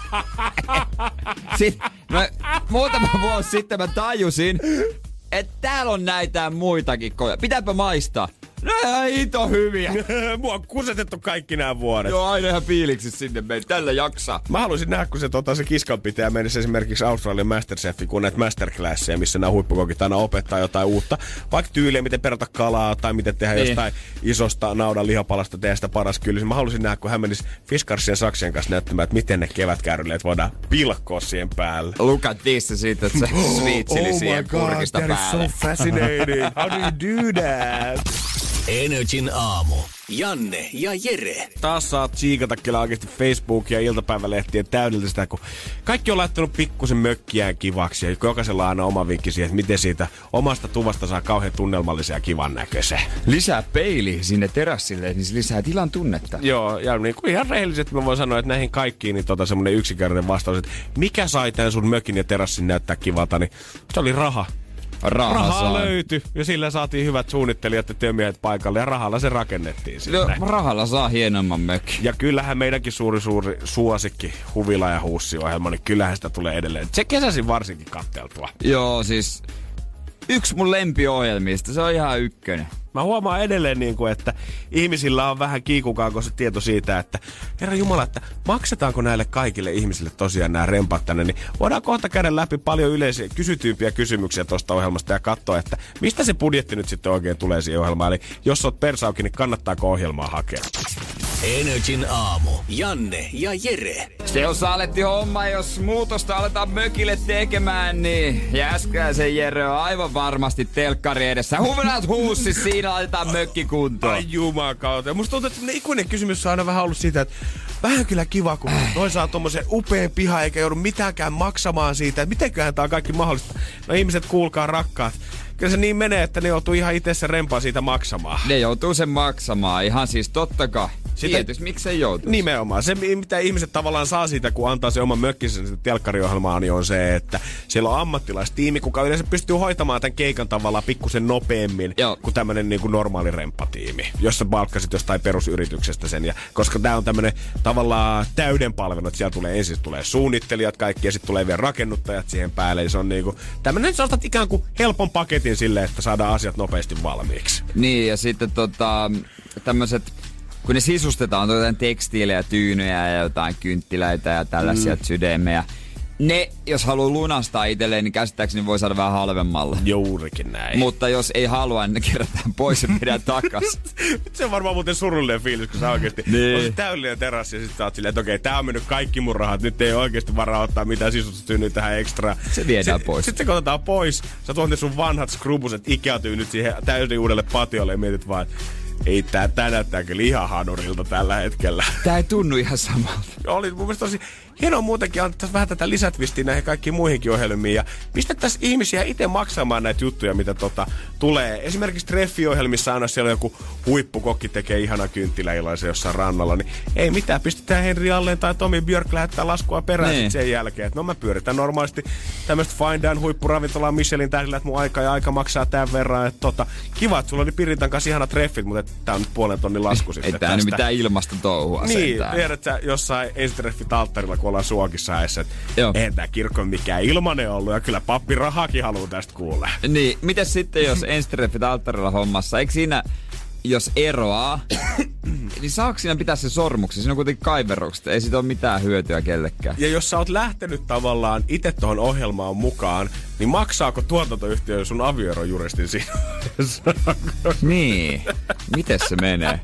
Sitten mä, muutama vuosi sitten mä tajusin, että täällä on näitä muitakin koja. Pitääpä maistaa. No ihan hito hyviä. Mua on kusetettu kaikki nämä vuodet. Joo, aina ihan fiiliksi sinne meni. Tällä jaksaa. Mä haluaisin nähdä, kun se, tota, se kiskanpitäjä menisi esimerkiksi Australian Masterchefiin, kun näitä masterclasseja, missä nämä huippukokit aina opettaa jotain uutta. Vaikka tyyliä, miten perata kalaa tai miten tehdä niin. Jostain isosta naudan lihapalasta tehdä sitä paras kyllys. Mä haluaisin nähdä, kun hän menisi Fiskarsien saksien kanssa näyttämään, että miten ne kevätkäärryleet voidaan pilkkoa siihen päälle. Look at this, siitä, että se sweet chili oh siihen purkista päälle. Oh my god, that is so fascinating. How do you do that? Energin aamu. Janne ja Jere. Taas saat tsiikata kyllä oikeasti Facebookia ja iltapäivälehtien täydeltä sitä, kun kaikki on laittanut pikkusen mökkiään kivaksi ja jokaisella on aina oma vinkki siihen, että miten siitä omasta tuvasta saa kauhean tunnelmallisia ja kivan näköisen. Lisää peili sinne terassille, niin se lisää tilan tunnetta. Joo, ja niin kuin ihan rehellisesti mä voin sanoa, että näihin kaikkiin niin tota semmonen yksinkertainen vastaus, että mikä sai tän sun mökin ja terassin näyttää kivalta, niin se oli raha. Raha Rahaa löytyi ja sillä saatiin hyvät suunnittelijat ja työmiehet paikalle ja rahalla se rakennettiin sinne. No, rahalla saa hienomman mökki. Ja kyllähän meidänkin suuri suuri suosikki Huvila ja Huussi-ohjelma, niin kyllähän sitä tulee edelleen. Se kesäsin varsinkin katteltua. Joo, siis yksi mun lempiohjelmista, se on ihan ykkönen. Mä huomaan edelleen, niin kuin, että ihmisillä on vähän kiikukaako se tieto siitä, että herra jumala, että maksetaanko näille kaikille ihmisille tosiaan nämä rempat tänne, niin voidaan kohta käydä läpi paljon yleisiä kysytyimpiä kysymyksiä tuosta ohjelmasta ja katsoa, että mistä se budjetti nyt sitten oikein tulee siihen ohjelmaan. Eli jos oot persauki, niin kannattaako ohjelmaa hakea? Energin aamu. Janne ja Jere. Se on saaletti homma, jos muutosta aletaan mökille tekemään, niin Jäskäisen Jere on aivan varmasti telkkari edessä. Huvilat Huussi, siinä laitetaan mökki kuntoon. Ai jumakauta. Musta tuntuu, että ikuinen kysymys on aina vähän ollut siitä, että vähän kyllä kiva, kun noin saa tommosen upean piha eikä joudu mitäänkään maksamaan siitä, että mitenköhän tää on kaikki mahdollista. No ihmiset, kuulkaa rakkaat. Kyllä se niin menee, että ne joutuu ihan itse sen rempaa siitä maksamaan. Ne joutuu sen maksamaan, ihan siis totta kai. Tietysti, miksei joutuisi? Nimenomaan. Se, mitä ihmiset tavallaan saa siitä, kun antaa se oman mökkisen sitten telkkariohjelmaan, niin on se, että siellä on ammattilaistiimi, kuka yleensä pystyy hoitamaan tämän keikan tavallaan pikkusen nopeammin Joo. kuin tämmönen niin kuin normaali remppatiimi, jos sä palkkasit jostain perusyrityksestä sen. Ja, koska tää on tämmönen tavallaan täyden palvelu, että siellä tulee ensin tulee suunnittelijat kaikki ja sitten tulee vielä rakennuttajat siihen päälle. Ja se on niin kuin tämmönen, sä ostat ikään kuin helpon paketin silleen, että saadaan asiat nopeasti valmiiksi. Niin, ja sitten tota, tämmöiset kun ne sisustetaan jotain tekstiilejä, tyynyjä ja jotain kynttiläitä ja tällaisia mm. sydämejä. Ne, jos haluaa lunastaa itselleen, niin käsittääkseni voi saada vähän halvemmalla. Juurikin näin. Mutta jos ei halua, niin ne kerätään pois ja pidään takas. Se on varmaan muuten surullinen fiilis, kun sä oikeesti niin. on se täydellinen terassi ja sit sä oot silleen, että okei, tää on mennyt kaikki mun rahat, nyt ei oikeesti varaa ottaa mitään sisustustyynyä tähän ekstraa. Se viedään se, pois. Sitten se otetaan pois, sä tuot ne sun vanhat skrubuset Ikea-tyynyt siihen täysin uudelle patiolle ja mietit vaan, ei tää, tää näyttää kyllä ihan hanurilta tällä hetkellä. Tää ei tunnu ihan samalta. Oli mun mielestä tosi hienoa muutenkin antaa vähän tätä lisätvistiä näihin kaikkiin muihinkin ohjelmiin. Ja pistettäisiin ihmisiä itse maksamaan näitä juttuja, mitä tota, tulee. Esimerkiksi treffiohjelmissa aina siellä joku huippukokki tekee ihana kynttiläilaisen jossain rannalla. Niin ei mitään, pistetään Henri Allen tai Tomi Björk lähettää laskua perään niin. sen jälkeen. Et no mä pyöritän normaalisti tämmöistä fine dine huippuravintolaa Michelin tähdillä, että mun aika ja aika maksaa tämän verran. Et tota, kiva, että sulla oli Piritan kanssa ihana treffit, mutta tää on nyt puolen tonnin lasku sitten. Ei tää nyt mitään ilmasta touhua niin, sentään. tiedät sä jossain ensitreffit alttarilla, kun ollaan suokissa äessä, että eihän tää kirkko mikään ilmanen ollut ja kyllä pappi rahakin haluu tästä kuulla. Niin, mites sitten jos ensitreffit alttarilla hommassa, eikö siinä, jos eroaa, niin saako siinä pitää se sormuksi? Siinä on kuitenkin kaiverrukset, ei siitä ole mitään hyötyä kellekään. Ja jos sä oot lähtenyt tavallaan itse tohon ohjelmaan mukaan, niin maksaako tuotantoyhtiö sun avioerojuristin siinä? Niin, miten se menee?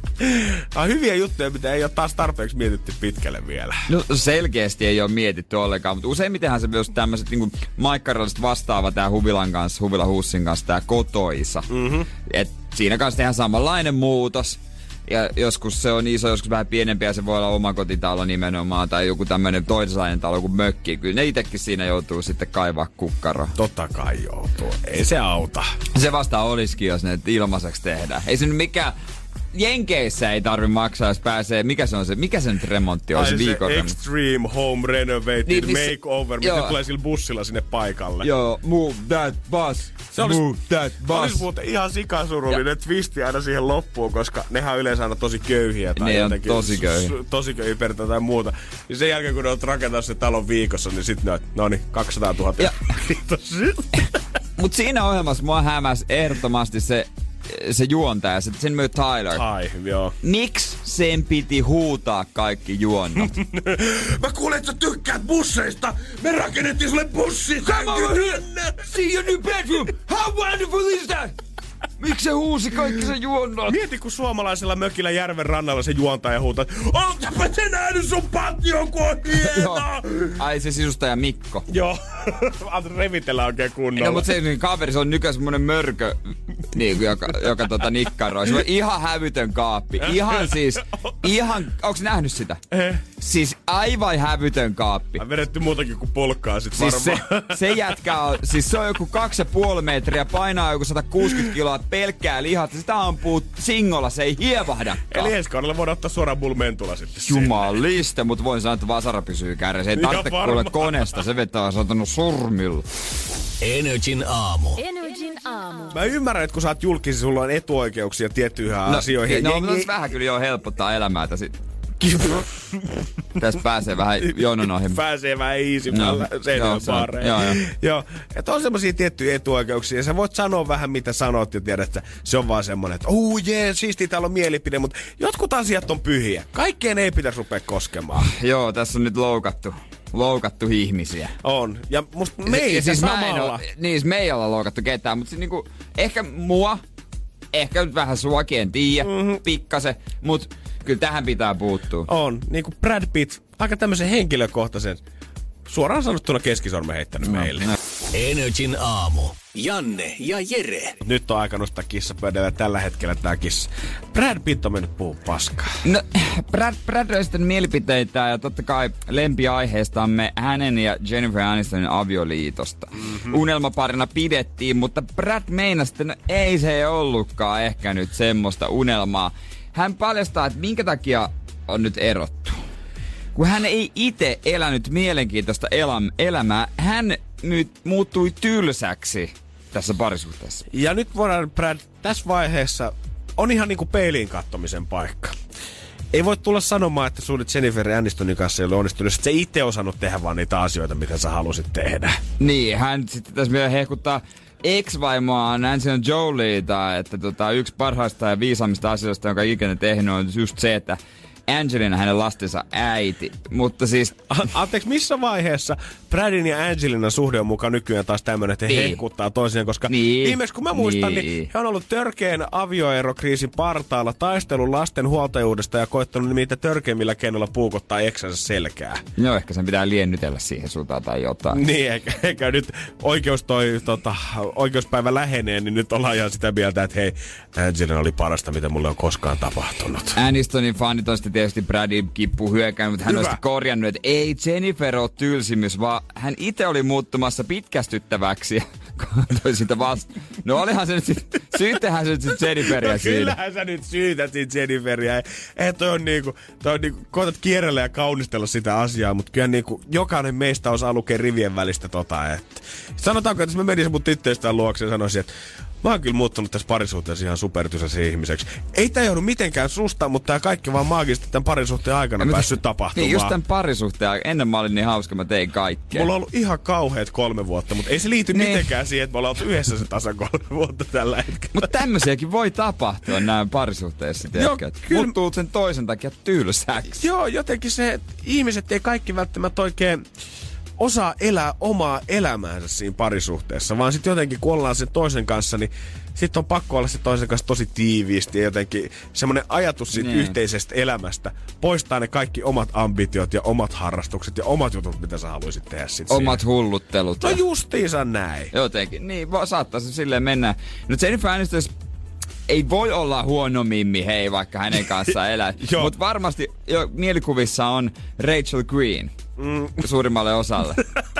Tämä on hyviä juttuja, mitä ei ole taas tarpeeksi mietitty pitkälle vielä. No selkeästi ei ole mietitty ollenkaan, mutta useimmitenhan se myös tämmöiset niin maikkarilliset vastaava tää Huvilan kanssa, Huvila Hussin kanssa tää kotoisa. Mm-hmm. Et siinä kanssa tehdään samanlainen muutos. Ja joskus se on iso, joskus vähän pienempi ja se voi olla omakotitalo nimenomaan tai joku tämmönen toisenlainen talo kuin mökki. Kyllä ne itekin siinä joutuu sitten kaivaa kukkaroa. Totta kai joutuu. Ei se auta. Se vasta olisikin, jos ne ilmaiseksi tehdään. Ei se nyt mikään... Jenkeissä ei tarvi maksaa, jos pääsee. Mikä se on se? Mikä se nyt remontti on? Ai se, se Extreme Home Renovated niin, niin Makeover, mitä tulee sillä bussilla sinne paikalle. Joo, move that bus. Se olisi, move that bus. Olisi muuten ihan sikasurullinen twisti aina siihen loppuun, koska nehän on yleensä aina tosi köyhiä. Tai ne on tosi köyhiä. S- tosi köyhiä peritä tai muuta. Ja sen jälkeen, kun ne on rakentanut se talon viikossa, niin sit ne on, no niin, kaksisataatuhatta. Ja. Kiitos. Mut siinä ohjelmassa mua hämäsi ehdottomasti se, se juontaja, se, sen myy Tyler. Ai, joo. Miksi sen piti huutaa kaikki juonnot? Mä kuulen, että sä tykkäät busseista! Me rakennettiin sulle bussi! Come over here! See your new bedroom! How wonderful is that? Miksi se huusi kaikki se juonnot? Mieti, kun suomalaisella mökillä järven rannalla se juontaja huutaa, ootapa se nähnyt sun patio, kun on hieno! Ai se sisustaja Mikko. Joo, revitellä oikein kunnolla. No, mutta se niin, kaveri, se on nykyään semmonen mörkö, niin, joka, joka tota, nikkaroi. Se on ihan hävytön kaappi. Ihan siis, ihan, onks nähnyt sitä? Eh. Siis aivan hävytön kaappi. On vedetty muutakin kuin polkkaa sit siis varmaan. Se, se jätkä on, siis se on joku kaksi ja puoli metriä, painaa joku sata kuusikymmentä kiloa, pelkkää lihat. Sitä ampuu singolla, se ei hievahdakaan. Eli ensi kaudella voidaan ottaa suoraan Bull Mentula sitten. Jumalista, mutta voin sanoa, että vasara pysyy kärjessä. Ei tarvitse kuule koneesta, se vetää satanut sormilla. Energin aamu. Energin aamu. Mä ymmärrän, että kun sä oot julkisi, sulla on etuoikeuksia tiettyihin no, asioihin. No, mutta jengi... vähän kyllä jo helpottaa elämää tässä. Tässä pääsee vähän jonon ohi. Pääsee vähän easymällä no, seinällä baareen. Joo, joo. joo. Että on semmosia tiettyjä etuoikeuksia. Ja sä voit sanoa vähän mitä sanot ja tiedät, että se on vaan semmonen, että uu jee, siistiä, täällä on mielipide. Mutta jotkut asiat on pyhiä. Kaikkeen ei pitäisi rupea koskemaan. Joo, tässä on nyt loukattu. Loukattu ihmisiä. On. Ja musta meitä siis samalla. Ole, niin, me ei olla loukattu ketään. Mutta siis niinku, ehkä mua, ehkä nyt vähän suakin, en tiedä. Mm-hmm. Pikkasen. Mut kyllä tähän pitää puuttua. On. Niin kuin Brad Pitt, aika tämmöisen henkilökohtaisen, suoraan sanottuna keskisormen heittänyt no, meille. No. Energin aamu. Janne ja Jere. Nyt on aika nostaa kissapöydällä tällä hetkellä tää kissa. Brad Pitt on mennyt puhua paskaa. No, Brad, Brad on sitten mielipiteitä ja totta kai lempiaiheestamme hänen ja Jennifer Anistonin avioliitosta. Mm-hmm. Unelmaparina pidettiin, mutta Brad meinasi, että no, ei se ollutkaan ehkä nyt semmoista unelmaa. Hän paljastaa, että minkä takia on nyt erottu. Kun hän ei itse elänyt mielenkiintoista eläm- elämää, hän nyt muuttui tylsäksi tässä parisuhteessa. Ja nyt voidaan, Brad, tässä vaiheessa on ihan niinku peiliin kattomisen paikka. Ei voi tulla sanomaan, että suunnit Jennifer Anistonin kanssa ei ole onnistunut, että se itse osannut tehdä vaan niitä asioita, mitä sä halusit tehdä. Niin, hän sitten tässä vielä hehkuttaa ex-vaimoa on Angelina Jolieta, että tota, yksi parhaista ja viisaimmista asioista, jonka ikinä tehnyt, on just se, että Angelina hänen lastensa äiti, mutta siis... Anteeksi, missä vaiheessa Bradin ja Angelinan suhde on mukaan nykyään taas tämmönen, että he niin. hehkuttaa toisiaan, koska niin. viimeis kun mä muistan, niin. niin he on ollut törkeän avioerokriisin partaalla, taistelun lasten huoltajuudesta ja koittanut niitä törkeimmillä keinoilla puukottaa eksänsä selkää. No ehkä sen pitää liennytellä siihen suuntaan tai jotain. Niin, eikä, eikä nyt oikeus toi, tota, oikeuspäivä lähenee, niin nyt ollaan ihan sitä mieltä, että hei, Angelina oli parasta, mitä mulle on koskaan tapahtunut. Anistonin fanit on sitten tietysti Bradin kippu hyökään, mutta hän Hyvä. on sitten korjannut, että ei Jennifer ole tylsimys, vaan hän itse oli muuttumassa pitkästyttäväksi ja toi sitä vasta. No olihan se nyt sit, syyttähän se nyt sit Jenniferia no, siinä. Kyllähän sä nyt syytät siitä Jenniferia. Ei toi on niinku, toi on niinku, koetat kierrellä ja kaunistella sitä asiaa, mutta kyllä niinku jokainen meistä osaa lukea rivien välistä tota, että sanotaanko, että jos mä menisin mun tyttöistään luokse ja sanoisin, että mä oon kyllä muuttunut tässä parisuhteessa ihan supertysäsi ihmiseksi. Ei tää joudu mitenkään susta, mutta tää kaikki vaan maagisesti tämän parisuhteen aikana ja päässyt tapahtumaan. Niin just tämän parisuhteen aikana. Ennen mä olin niin hauska, mä tein kaikkea. Mulla on ollut ihan kauheat kolme vuotta, mutta ei se liity niin. mitenkään siihen, että me ollaan oltu yhdessä se tasan kolme vuotta tällä hetkellä. Mutta tämmöisiäkin voi tapahtua näin parisuhteessa, tiedätkö? Kyllä... Muuttuu sen toisen takia tylsäksi. Joo, jotenkin se, että ihmiset ei kaikki välttämättä oikein osaa elää omaa elämäänsä siinä parisuhteessa, vaan sitten jotenkin kun ollaan sen toisen kanssa, niin sitten on pakko olla se toisen kanssa tosi tiiviisti ja jotenkin semmoinen ajatus siitä niin. yhteisestä elämästä poistaa ne kaikki omat ambitiot ja omat harrastukset ja omat jutut, mitä sä haluaisit tehdä sitten omat siihen. Hulluttelut. No justiinsa näin. Jotenkin, niin saattaa se silleen mennä. No Jennifer Aniston ei voi olla huono mimmi, hei, vaikka hänen kanssaan elää. Mutta varmasti jo mielikuvissa on Rachel Green mm. suurimmalle osalle.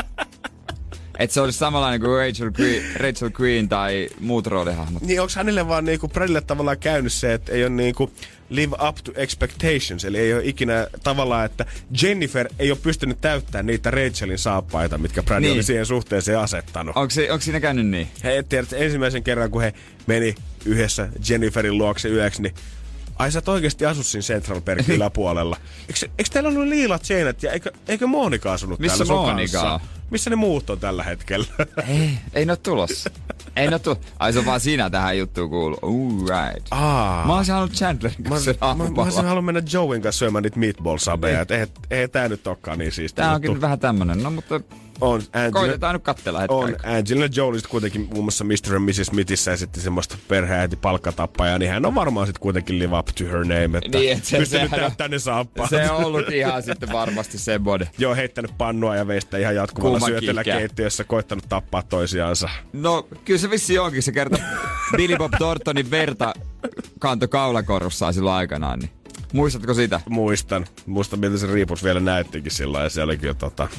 Että se olisi samanlainen kuin Rachel Green, Rachel Green tai muut roolihahmot. Niin onko hänelle vaan niinku Bradille tavallaan käynyt se, että ei ole niinku live up to expectations. Eli ei ole ikinä tavallaan, että Jennifer ei ole pystynyt täyttämään niitä Rachelin saappaita, mitkä Brad niin. oli siihen suhteeseen asettanut. Onko, se, onko siinä käynyt niin? He tiedät, ensimmäisen kerran, kun he meni yhdessä Jenniferin luokse yöksi, niin ai sä et oikeesti asu siinä Central Parkin yläpuolella. Eikö, eikö teillä ollut liilat seinät ja eikö, eikö Monika asunut Missä täällä sun Monika kanssa? Missä ne muut on tällä hetkellä? Ei, ei ne ole tulossa. Ei ne ole tulossa. Ai se on vaan sinä tähän juttuun kuuluu. All right. Aa. Mä olisin halunnut Chandlerin kanssa Mä, mä, mä olisin halunnut mennä Joen kanssa syömään niitä meatball-sabeja. Ei, ei tää nyt olekaan niin siistiä. Tää onkin vähän tämmönen. No mutta... On Angelina, koitetaan nyt katsella hetken on Angelina Jolie kuitenkin muun muassa mister and missus Smithissä esitti semmoista perheäiti palkkatappajaa, niin hän on varmaan sitten kuitenkin live up to her name, että niin, et se, pystynyt täyttämään ne saappaat. Se on ollut ihan sitten varmasti se bode. Joo, heittänyt pannua ja veistä ihan jatkuvalla Kuuma syötellä kikkä. Keittiössä, koittanut tappaa toisiaansa. No, kyllä se vissi onkin se kerta Billy Bob Thorntonin verta kanto kaulakorvussaan silloin aikanaan, niin muistatko sitä? Muistan. Muistan, miltä se riipus vielä näyttikin silloin ja se olikin jo tota...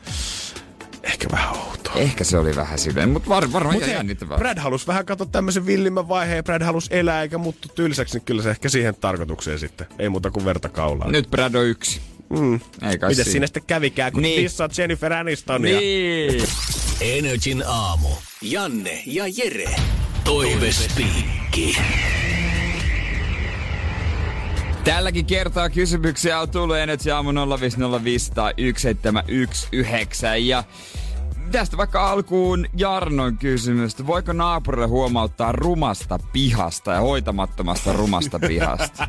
Ehkä vähän outoa. Ehkä se oli vähän silleen, mutta var, varmaan Mut jännittävää. Brad halusi vähän katsoa tämmöisen villimmän vaiheen. Brad halusi elää eikä muuttu tylsäksi, niin kyllä se ehkä siihen tarkoitukseen sitten. Ei muuta kuin verta kaulaan. Nyt Brad on yksi. Mm. Miten siinä sitten kävikään, kun niin. dissaat Jennifer Anistonia? Niin. Energin aamu. Janne ja Jere. Toivespiikki. Tälläkin kertaa kysymyksiä on tullut Energy aamu nolla viisi nolla viisi yksi seitsemän yksi yhdeksän. Ja tästä vaikka alkuun Jarnon kysymystä. Voiko naapurille huomauttaa rumasta pihasta ja hoitamattomasta rumasta pihasta?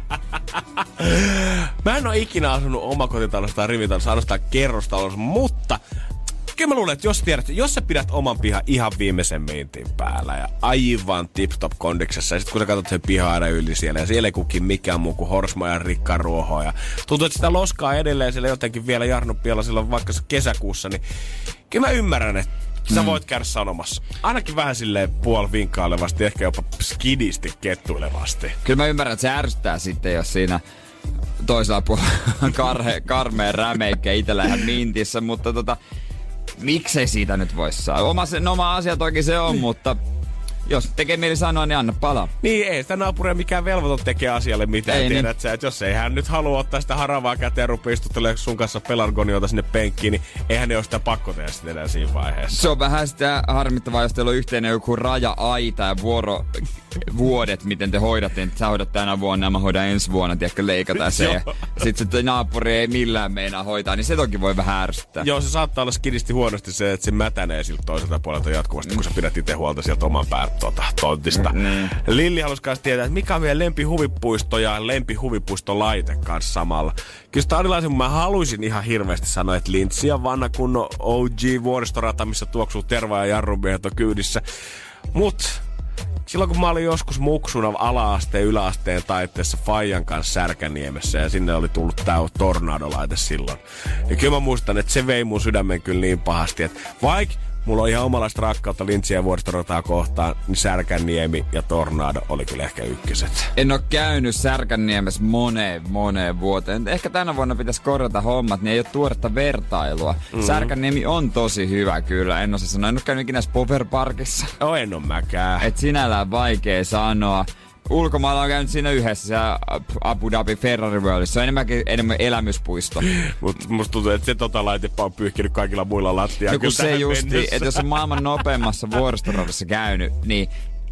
Mä en oo ikinä asunut omakotitalossa tai rivitalossa, ainoastaan kerrostalossa, mutta kyllä mä luulen, että jos tiedät, jos sä pidät oman pihan ihan viimeisen mintin päällä ja aivan tip-top kondiksessa, ja sit kun sä katsot sen pihan aina yli siellä, ja siellä ei kukin mikään muu kuin horsma ja rikkaruoho, ja tuntuu, että sitä loskaa edelleen siellä jotenkin vielä Jarnon pialla silloin vaikka kesäkuussa, niin kyllä mä ymmärrän, että sä mm. voit käydä sanomassa. Ainakin vähän silleen puolivinkkailevasti, ehkä jopa skidisti kettuilevasti. Kyllä mä ymmärrän, että se ärsyttää sitten, jos siinä toisella puolella karhe, karmeen rämeikkä itellä ihan mintissä, mutta tota, miksei siitä nyt vois saa? Oma, se, no, oma asia toki se on, mutta jos tekee mieli sanoa, niin anna palaa. Niin, ei sitä naapuria mikään velvoton tekee asialle mitään. Ei, tiedät niin. Sä, että jos ei hän nyt halua ottaa sitä haravaa käteen ja rupea istuttelemaan sun kanssa pelargoniota sinne penkkiin, niin eihän ne ole sitä pakko tehdä sitä enää siinä vaiheessa. Se on vähän sitä harmittavaa, jos teillä on yhteinen joku raja-aita ja vuoro vuodet, miten te hoidatte. Sä hoidat tänä vuonna ja mä hoidan ensi vuonna, tiedätkö, leikataan se. Ja sit se naapuri ei millään meinaa hoitaa, niin se toki voi vähän ärsyttää. Joo, se saattaa olla skidisti huonosti se, että se mätänee siltä toiselta puolelta jatkuvasti, kun sä pidät itse huolta sieltä oman pään tota, tontista. Mm. Lilli halusi kanssa tietää, että mikä on meidän lempihuvipuisto ja lempihuvipuistolaite kanssa samalla. Kyllä stadilaisen mä haluaisin ihan hirveästi sanoa, että Lintsi on vanha kunnon O G-vuoristorata, missä tuoksuu terva ja jarrumiehet on kyydissä. Mut silloin kun mä olin joskus muksuna ala-asteen, yläasteen taitteessa Fajan kanssa Särkänniemessä ja sinne oli tullut tää tornadolaite silloin. Ja kyllä mä muistan, että se vei mun sydämen kyllä niin pahasti, että vaikka mulla on ihan omanlaista rakkautta Lintsiä ja vuoristorataa kohtaan, niin Särkänniemi ja Tornado oli kyllä ehkä ykköset. En oo käynyt Särkänniemessä moneen, moneen vuoteen. Ehkä tänä vuonna pitäisi korjata hommat, niin ei oo tuoretta vertailua. Mm-hmm. Särkänniemi on tosi hyvä kyllä. En osaa sanoa, en oo käynyt ikinä Power Parkissa. Oh, en oo mäkään. Et sinällään vaikea sanoa. Ulkomailla on käynyt siinä yhdessä, se Abu Dhabi Ferrari Worldissa. Se on enemmänkin enemmän elämyspuisto. Mut musta tuntuu, että se tota laitepa on pyyhkinyt kaikilla muilla lattiaa. No kun se justi, että jos on maailman nopeimmassa vuoristoradassa käynyt, niin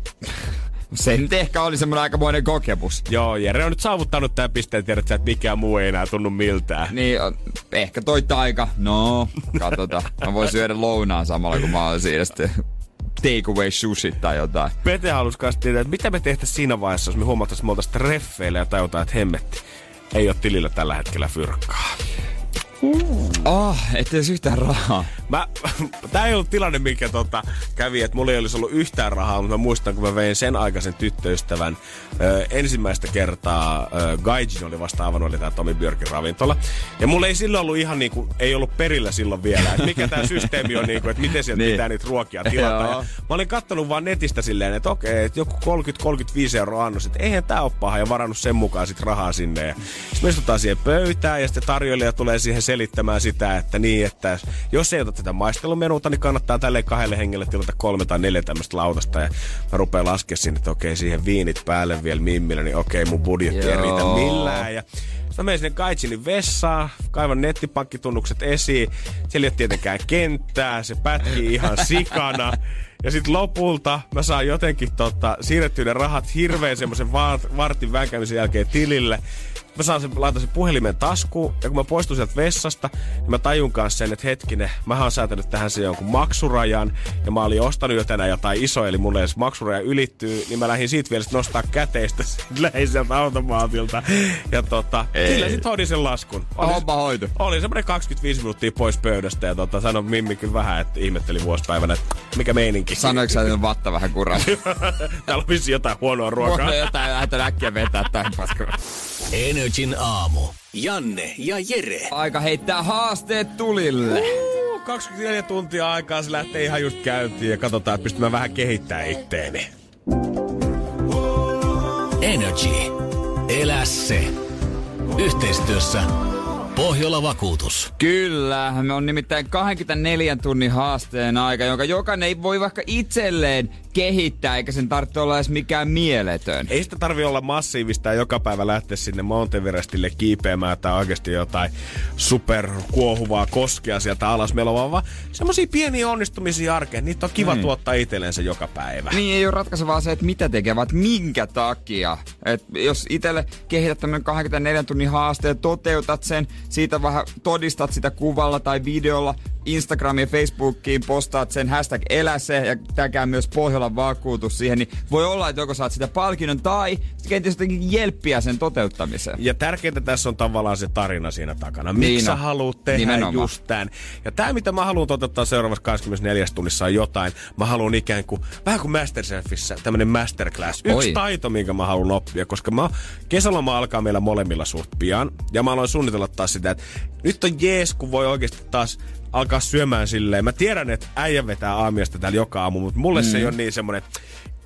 se nyt ehkä oli semmoinen aikamoinen kokemus. Joo, Jere on nyt saavuttanut tämän pisteen, tiedät sä, että mikään muu ei enää tunnu miltään. Niin, ehkä toi taika. No, katsotaan. Mä voin syödä lounaan samalla, kun mä oon siinä sitten takeaway sushi tai jotain. Pete halusi kanssa tietää, että mitä me tehtäisiin siinä vaiheessa, jos me huomattaisiin, että me oltaisiin treffeillä ja tajutaan, että hemmetti, ei ole tilillä tällä hetkellä fyrkkaa. Oh, ettei olisi yhtään rahaa. Mä, tää ei ollut tilanne, mikä tota, kävi, että mulla ei olisi ollut yhtään rahaa, mutta mä muistan, kun mä vein sen aikaisen tyttöystävän ö, ensimmäistä kertaa, ö, Gaijin oli vasta avannut, oli tää Tomi Björkin ravintola. Ja mulla ei silloin ollut ihan niinku, ei ollut perillä silloin vielä, että mikä tää systeemi on, niinku, että miten sieltä niin. pitää niitä ruokia tilata. Ja mä olin kattonut vaan netistä silleen, että okei, että joku kolmekymmentä kolmekymmentäviisi euroa annos, että eihän tää oo paha, ja varannut sen mukaan sit rahaa sinne. Ja sit me istutaan siihen pöytään, ja sitten tarjoilija tulee siihen selittämään sitä, että niin, että jos ei ota tätä maistelumenuuta, niin kannattaa tälle kahdelle hengelle tilata kolme tai neljä tämmöistä lautasta. Ja mä rupean laskemaan sinne, että okei, siihen viinit päälle vielä mimmillä, niin okei, mun budjetti ei riitä millään. Ja sitten mä menen sinne Gaijinin vessaan, kaivan nettipankkitunnukset esiin. Siellä ei ole tietenkään kenttää, se pätkii ihan sikana. Ja sit lopulta mä saan jotenkin tota, siirrettyä ne rahat hirveän semmoisen vartin vänkämisen jälkeen tilille. Mä saan sen, laitan sen puhelimen taskuun, ja kun mä poistun sieltä vessasta, niin mä tajun kanssa sen, että hetkinen, mä oon säätänyt tähän sen jonkun maksurajan, ja mä olin ostanut jo tänään jotain isoa, eli mulle edes maksuraja ylittyy, niin mä lähdin siitä vielä nostaa käteistä, lähdin sieltä automaatilta, ja tota, sillä sit hoidin sen laskun. Oli, Homma hoitu. Oli semmonen kaksikymmentäviisi minuuttia pois pöydästä, ja tota, sanoi Mimmi kyllä vähän, että ihmetteli vuosipäivänä, että mikä meininki. Sanoiko sä, että vatta vähän kuraa? Täällä on vissiin jotain huonoa ruokaa. Huono jotain, lähdetään äkkiä vetää tämän paskaa. Energin aamu. Janne ja Jere. Aika heittää haasteet tulille. Uh, kaksikymmentäneljä tuntia aikaa, se lähtee ihan just käyntiin ja katsotaan, että pystyn mä vähän kehittämään itteeni. Energy. Elä se. Yhteistyössä Pohjola Vakuutus. Kyllä, me on nimittäin kaksikymmentäneljän tunnin haasteen aika, jonka jokainen ei voi vaikka itselleen kehittää, eikä sen tarvitse olla edes mikään mieletön. Ei sitä tarvi olla massiivista ja joka päivä lähteä sinne Mount Everestille kiipeämään tai oikeasti jotain superkuohuvaa koskea sieltä alas melovaa, vaan semmosia pieniä onnistumisia arkeen. Niitä on kiva mm. tuottaa itsellensä joka päivä. Niin, ei ole ratkaisevaa se, että mitä tekee, vaan minkä takia. Et jos itselle kehität tämmönen kaksikymmentäneljän tunnin haasteen, toteutat sen, siitä vähän todistat sitä kuvalla tai videolla, Instagramiin ja Facebookiin postaat sen hashtag elä se ja täkää myös Pohjolan vakuutus siihen, niin voi olla, että joko saat sitä palkinnon tai kenties jotenkin jelppiä sen toteuttamiseen. Ja tärkeintä tässä on tavallaan se tarina siinä takana. Miksi niin sä on. haluut tehdä nimenomaan just tämän? Ja tää, mitä mä haluan toteuttaa seuraavassa kaksikymmentäneljässä tunnissa on jotain. Mä haluan ikään kuin, vähän kuin Masterchefissä, tämmönen masterclass. Yksi Oi. taito, minkä mä haluan oppia, koska mä, kesäloma alkaa meillä molemmilla suht pian. Ja mä aloin suunnitella taas sitä, että nyt on jees, kun voi oikeasti taas alkaa syömään silleen. Mä tiedän, että äijä vetää aamiasta täällä joka aamu, mutta mulle mm. se ei ole niin semmonen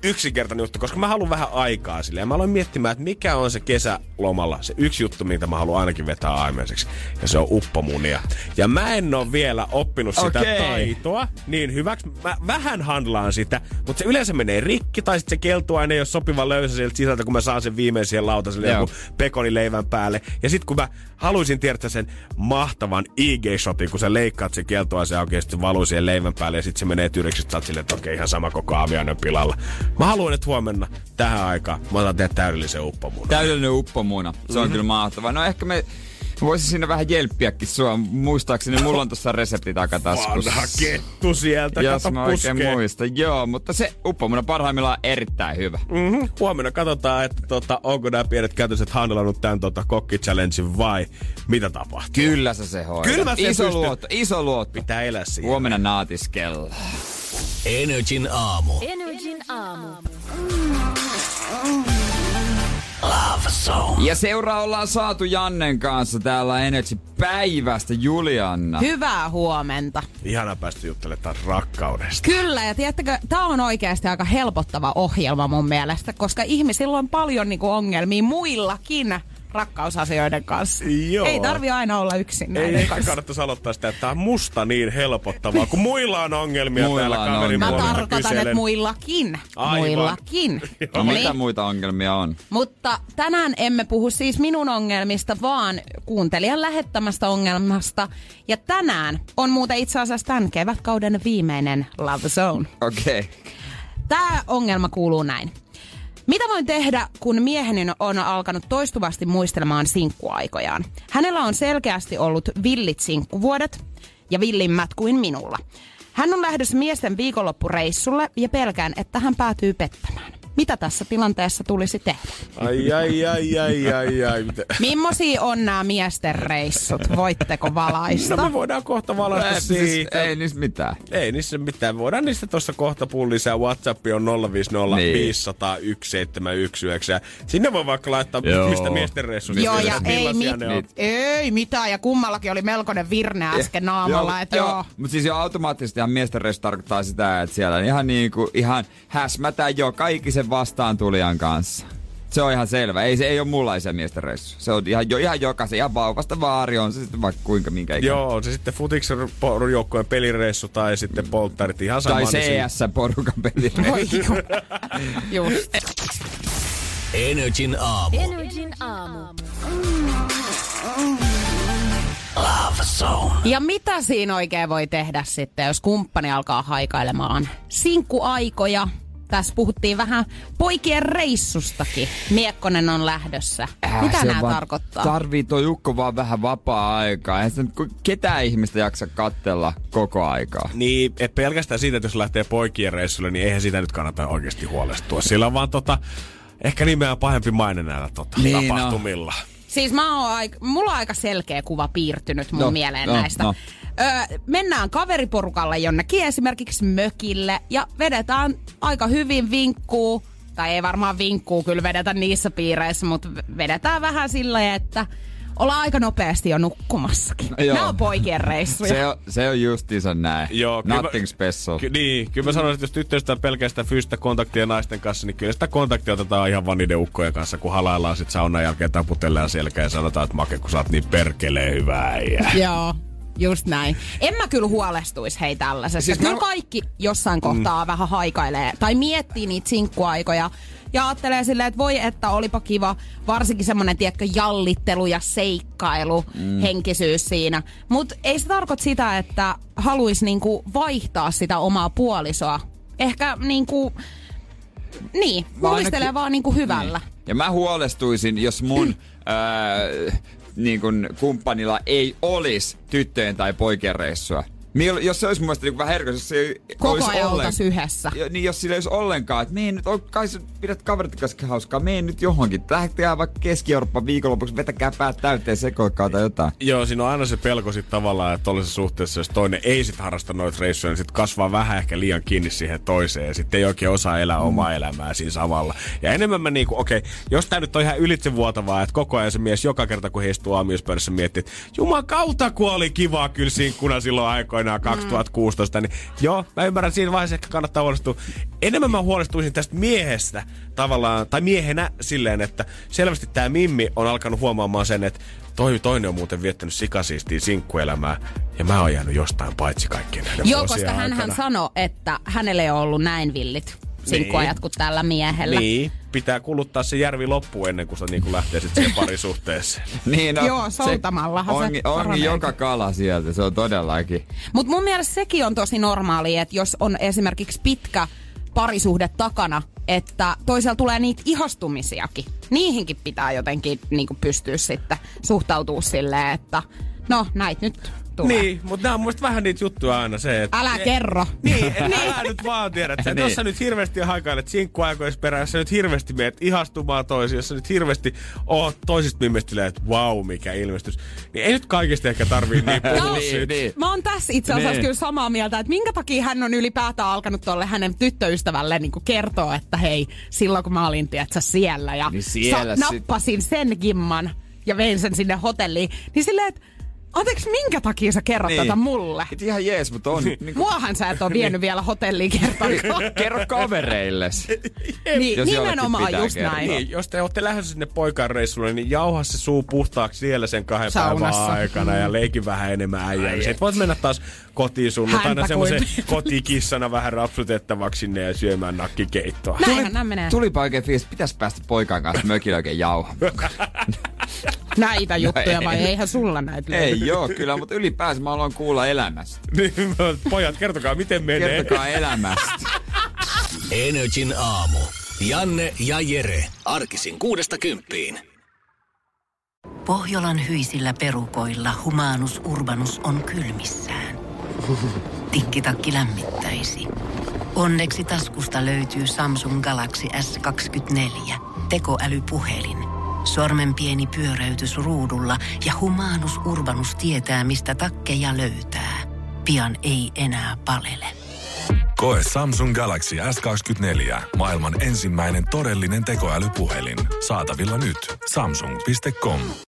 yksinkertainen juttu, koska mä haluan vähän aikaa sille. Ja mä aloin miettimään, että mikä on se kesälomalla, se yksi juttu, mitä mä haluan ainakin vetää aimeiseksi. Ja se on uppomunia. Ja mä en ole vielä oppinut sitä Okei. taitoa niin hyväksi. Mä vähän handlaan sitä, mutta se yleensä menee rikki, tai sitten se keltuaine ei ole sopivan löysä sieltä sisältä, kun mä saan sen viimein siihen lautaselle joku pekonileivän päälle. Ja sit kun mä haluaisin tiedä sen mahtavan I G-shotin, kun sä leikkaat sen keltuaisen ja oikeesti se valuu siihen leivän päälle ja sit se menee tyriksi, sä oot silleen, että okei, ihan sama koko aamiainen pilalla. Mä haluan, että huomenna tähän aikaan mä otan tehdä täydellisen uppomunan. Täydellinen uppomuna. Se on mm-hmm. kyllä mahtavaa. No ehkä me voisin siinä vähän jelppiäkin sua. Muistaakseni mulla on tossa resepti takataskussa. Vanha kettu sieltä, jos kato mä oikein puskee. muistan. Joo, mutta se uppomuna parhaimmillaan erittäin hyvä. Mm-hmm. Huomenna katsotaan, että tota, onko nämä pienet käytöset handlannut tämän tota, kokki-challengein vai mitä tapahtuu. Kyllä sä se hoidat. Kyllä mä sen iso pystyn. luotto, iso luotto. Pitää elää siihen. Huomenna naatiskella. Energin aamu. Energin aamu. Love Zone. Ja seuraa ollaan saatu Jannen kanssa täällä Energy-päivästä, Julianna. Hyvää huomenta. Ihana päästä juttelemaan taas rakkaudesta. Kyllä, ja tiedättekö, tää on oikeasti aika helpottava ohjelma mun mielestä, koska ihmisillä on paljon niinku ongelmia muillakin rakkausasioiden kanssa. Joo. Ei tarvi aina olla yksin näiden Ei ehkä kanssa. kannattaisi aloittaa sitä, että tää on musta niin helpottavaa, kun muilla on ongelmia Muilla täällä on kaverin Mä ongelmia. puolelta tarkoitan, että kyselen. muillakin. Aivan. Muillakin. No Niin. mitä muita ongelmia on? Mutta tänään emme puhu siis minun ongelmista, vaan kuuntelijan lähettämästä ongelmasta. Ja tänään on muuten itse asiassa tämän kevätkauden viimeinen Love Zone. Okei. Okay. Tämä ongelma kuuluu näin. Mitä voin tehdä, kun mieheni on alkanut toistuvasti muistelemaan sinkkuaikojaan? Hänellä on selkeästi ollut villit sinkkuvuodet ja villimmät kuin minulla. Hän on lähdössä miesten viikonloppureissulle ja pelkään, että hän päätyy pettämään. Mitä tässä tilanteessa tulisi tehdä? Ai, ai, ai, ai, ai, ai. Mitä? Mimmosia on nämä miesten reissut? Voitteko valaista? No me voidaan kohta valaista Ei, siis, siitä. ei niistä mitään. Ei niissä mitään. Me voidaan niistä tuossa kohta pullisää. WhatsApp on nolla viisi nolla Niin. viisi nolla nolla yksi seitsemän yksi yhdeksän. Sinne voi vaikka laittaa, Joo. mistä miesten reissuista. Joo, tiedät, ja että ei, millaisia mit, ne on. ei mitään. Ja kummallakin oli melkoinen virne äsken naamalla. Että joo. Mutta siis jo automaattisesti ihan miesten reissu tarkoittaa sitä, että siellä ihan niinku, ihan häsmätään joka ikisen vastaan tulijan kanssa. Se on ihan selvä. Ei se ei ole mullaisia miesten reissu. Se on ihan, jo, ihan jokaisen, ihan vauvasta vaari on se sitten vaikka kuinka minkä ikinä. Joo, on se sitten futiksen joukkojen pelireissu tai sitten polttarit ihan sama. Tai niin siinä- C S-porukan pelireissu. Just. Energin aamu. Energin aamu. Love Zone. Ja mitä siinä oikein voi tehdä sitten, jos kumppani alkaa haikailemaan sinkkuaikoja? Tässä puhuttiin vähän poikien reissustakin. Miekkonen on lähdössä. Äh, Mitä se nämä vaan tarkoittaa? Tarvii tuo Jukko vaan vähän vapaa-aikaa. Eihän sitä nyt ku- ketään ihmistä jaksa katsella koko aikaa. Niin, et pelkästään siitä, että jos lähtee poikien reissulle, niin eihän sitä nyt kannata oikeasti huolestua. Sillä on vaan tota, ehkä nimeä pahempi maine näillä tota, Niin, tapahtumilla. Siis mä oon aika, mulla on aika selkeä kuva piirtynyt mun No, mieleen no, näistä. no. Öö, mennään kaveriporukalle jonnekin esimerkiksi mökille ja vedetään aika hyvin vinkkuu. Tai ei varmaan vinkkuu kyllä vedetä niissä piireissä, mutta vedetään vähän silleen, että ollaan aika nopeasti jo nukkumassakin. Joo. Nämä on poikien reissuja. Se on, se on justiinsa näin. Joo, kyllä Nothing mä- special. Ky- niin, kyllä mä sanoisin, että jos tyttöistä on pelkästään fyysistä kontaktia naisten kanssa, niin kyllä sitä kontaktia otetaan ihan vaan niiden ukkojen kanssa, kun halaillaan sit saunan jälkeen taputellaan selkään ja sanotaan, että Make, kun sä oot niin perkeleen hyvä äijä. Joo, just näin. En mä kyllä huolestuisi hei tällaisesta. Siis Siis kyllä mä- kaikki jossain kohtaa mm. vähän haikailee tai miettii niitä sinkkuaikoja ja ajattelee silleen, että voi että olipa kiva, varsinkin semmonen, tiedätkö, jallittelu ja seikkailu, mm. henkisyys siinä. Mutta ei se tarkoita sitä, että haluaisi niinku vaihtaa sitä omaa puolisoa. Ehkä niinku, niin, Mä muistelee ainakin- vaan niinku hyvällä. Niin. Ja mä huolestuisin, jos mun ää, niin kun kumppanilla ei olisi tyttöjen tai poikien reissua. Mil, jos se olisi mun mielestä niin vähän herkäs, jos se ei Koko olisi ajan ollen- oltais yhdessä. Jo, niin jos sillä ei olisi ollenkaan, että mene nyt, on, kai sä pidät kaverit kanssa hauskaa, mene nyt johonkin. Lähteä vaikka Keski-Euroopan viikonlopuksi, vetäkää päät täyteen sekoikkaa tai jotain. Joo, siinä on aina se pelko sit tavallaan, että tollaisessa suhteessa, jos toinen ei sit harrasta noita reissuja, niin sit kasvaa vähän ehkä liian kiinni siihen toiseen ja sitten ei oikein osaa elää mm. omaa elämää siinä samalla. Ja enemmän mä niinku, okei, okay, jos tää nyt on ihan ylitsevuotavaa, että koko ajan se mies joka kerta kun he istuu aamiaispöydässä miettii, että jumakauta kun oli kivaa kyllä sinkkuna silloin aikoina, aikoinaan kaksituhattakuusitoista, niin joo, mä ymmärrän, siinä vaiheessa ehkä kannattaa huolestua. Enemmän mä huolestuisin tästä miehestä tavallaan, tai miehenä silleen, että selvästi tää Mimmi on alkanut huomaamaan sen, että toi toinen on muuten viettänyt sikasiistiin sinkkuelämää, ja mä oon jäänyt jostain paitsi kaikkien näiden Joo, koska hänhän sanoi, että hänelle ei ole ollut näin villit sinkkuajat niin kuin tällä miehellä. Niin, pitää kuluttaa se järvi loppuun ennen kuin se niin kuin lähtee sitten siihen parisuhteeseen. Niin, no, joo, soutamallahan on, se on joka kala sieltä, se on todellakin. Mutta mun mielestä sekin on tosi normaalia, että jos on esimerkiksi pitkä parisuhde takana, että toisella tulee niitä ihastumisiakin. Niihinkin pitää jotenkin niin kuin pystyä sitten suhtautua silleen, että no näitä nyt tulee. Niin, mutta nämä on muista vähän niitä juttuja aina se, että... Älä kerro. Niin, et älä nyt vaan tiedä. Että niin. Jos sä nyt hirveästi haikailet sinkkuaikoissa perään, jos sä nyt hirveästi meet ihastumaan toisiin, jos sä nyt hirveästi oot toisista mimmestilee, että vau, wow, mikä ilmestys. Niin ei nyt kaikista ehkä tarvii niin puhua niin, niin. Mä oon tässä itse asiassa niin. kyllä samaa mieltä, että minkä takia hän on ylipäätään alkanut tolle hänen tyttöystävälle niin kertoa, että hei, silloin kun mä olin tiedätkö, siellä ja niin siellä sa- nappasin sit... sen gimman ja vein sen sinne hotelliin, niin silleen, että anteeksi, minkä takia sä kerrot niin. tätä mulle? Et ihan jees, mutta on... niin kuin... Muahan sä et ole vienyt vielä hotelliin kertaakaan. Kerro kavereilles. Niin, nimenomaan just kertoa. Näin. Niin, jos te olette lähdössä sinne poikaan reissulle, niin jauha se suu puhtaaksi siellä sen kahden saunassa. Päivän aikana mm. ja leikin vähän enemmän äijää. Sitten voit mennä taas kotiin sunnuntaina semmoisen kotikissana vähän rapsutettavaksi sinne ja syömään nakkikeittoa. Näinhän nämä menee. Tulipa oikein fiilis, pitäis päästä poikaan kanssa mökille oikein jauhaa. Näitä juttuja vai eihän sulla näitä löydy? Ei joo, kyllä, mutta ylipäänsä mä haluan kuulla elämästä. Niin, pojat, kertokaa miten menee. Kertokaa elämästä. Energin aamu. Janne ja Jere. Arkisin kuudesta kymppiin. Pohjolan hyisillä perukoilla Humanus Urbanus on kylmissään. Tikkitakki lämmittäisi. Onneksi taskusta löytyy Samsung Galaxy S kaksikymmentäneljä. Tekoälypuhelin. Sormen pieni pyöräytys ruudulla ja Humanus Urbanus tietää, mistä takkeja löytää. Pian ei enää palele. Koe Samsung Galaxy S kaksikymmentäneljä. Maailman ensimmäinen todellinen tekoälypuhelin. Saatavilla nyt. Samsung piste com.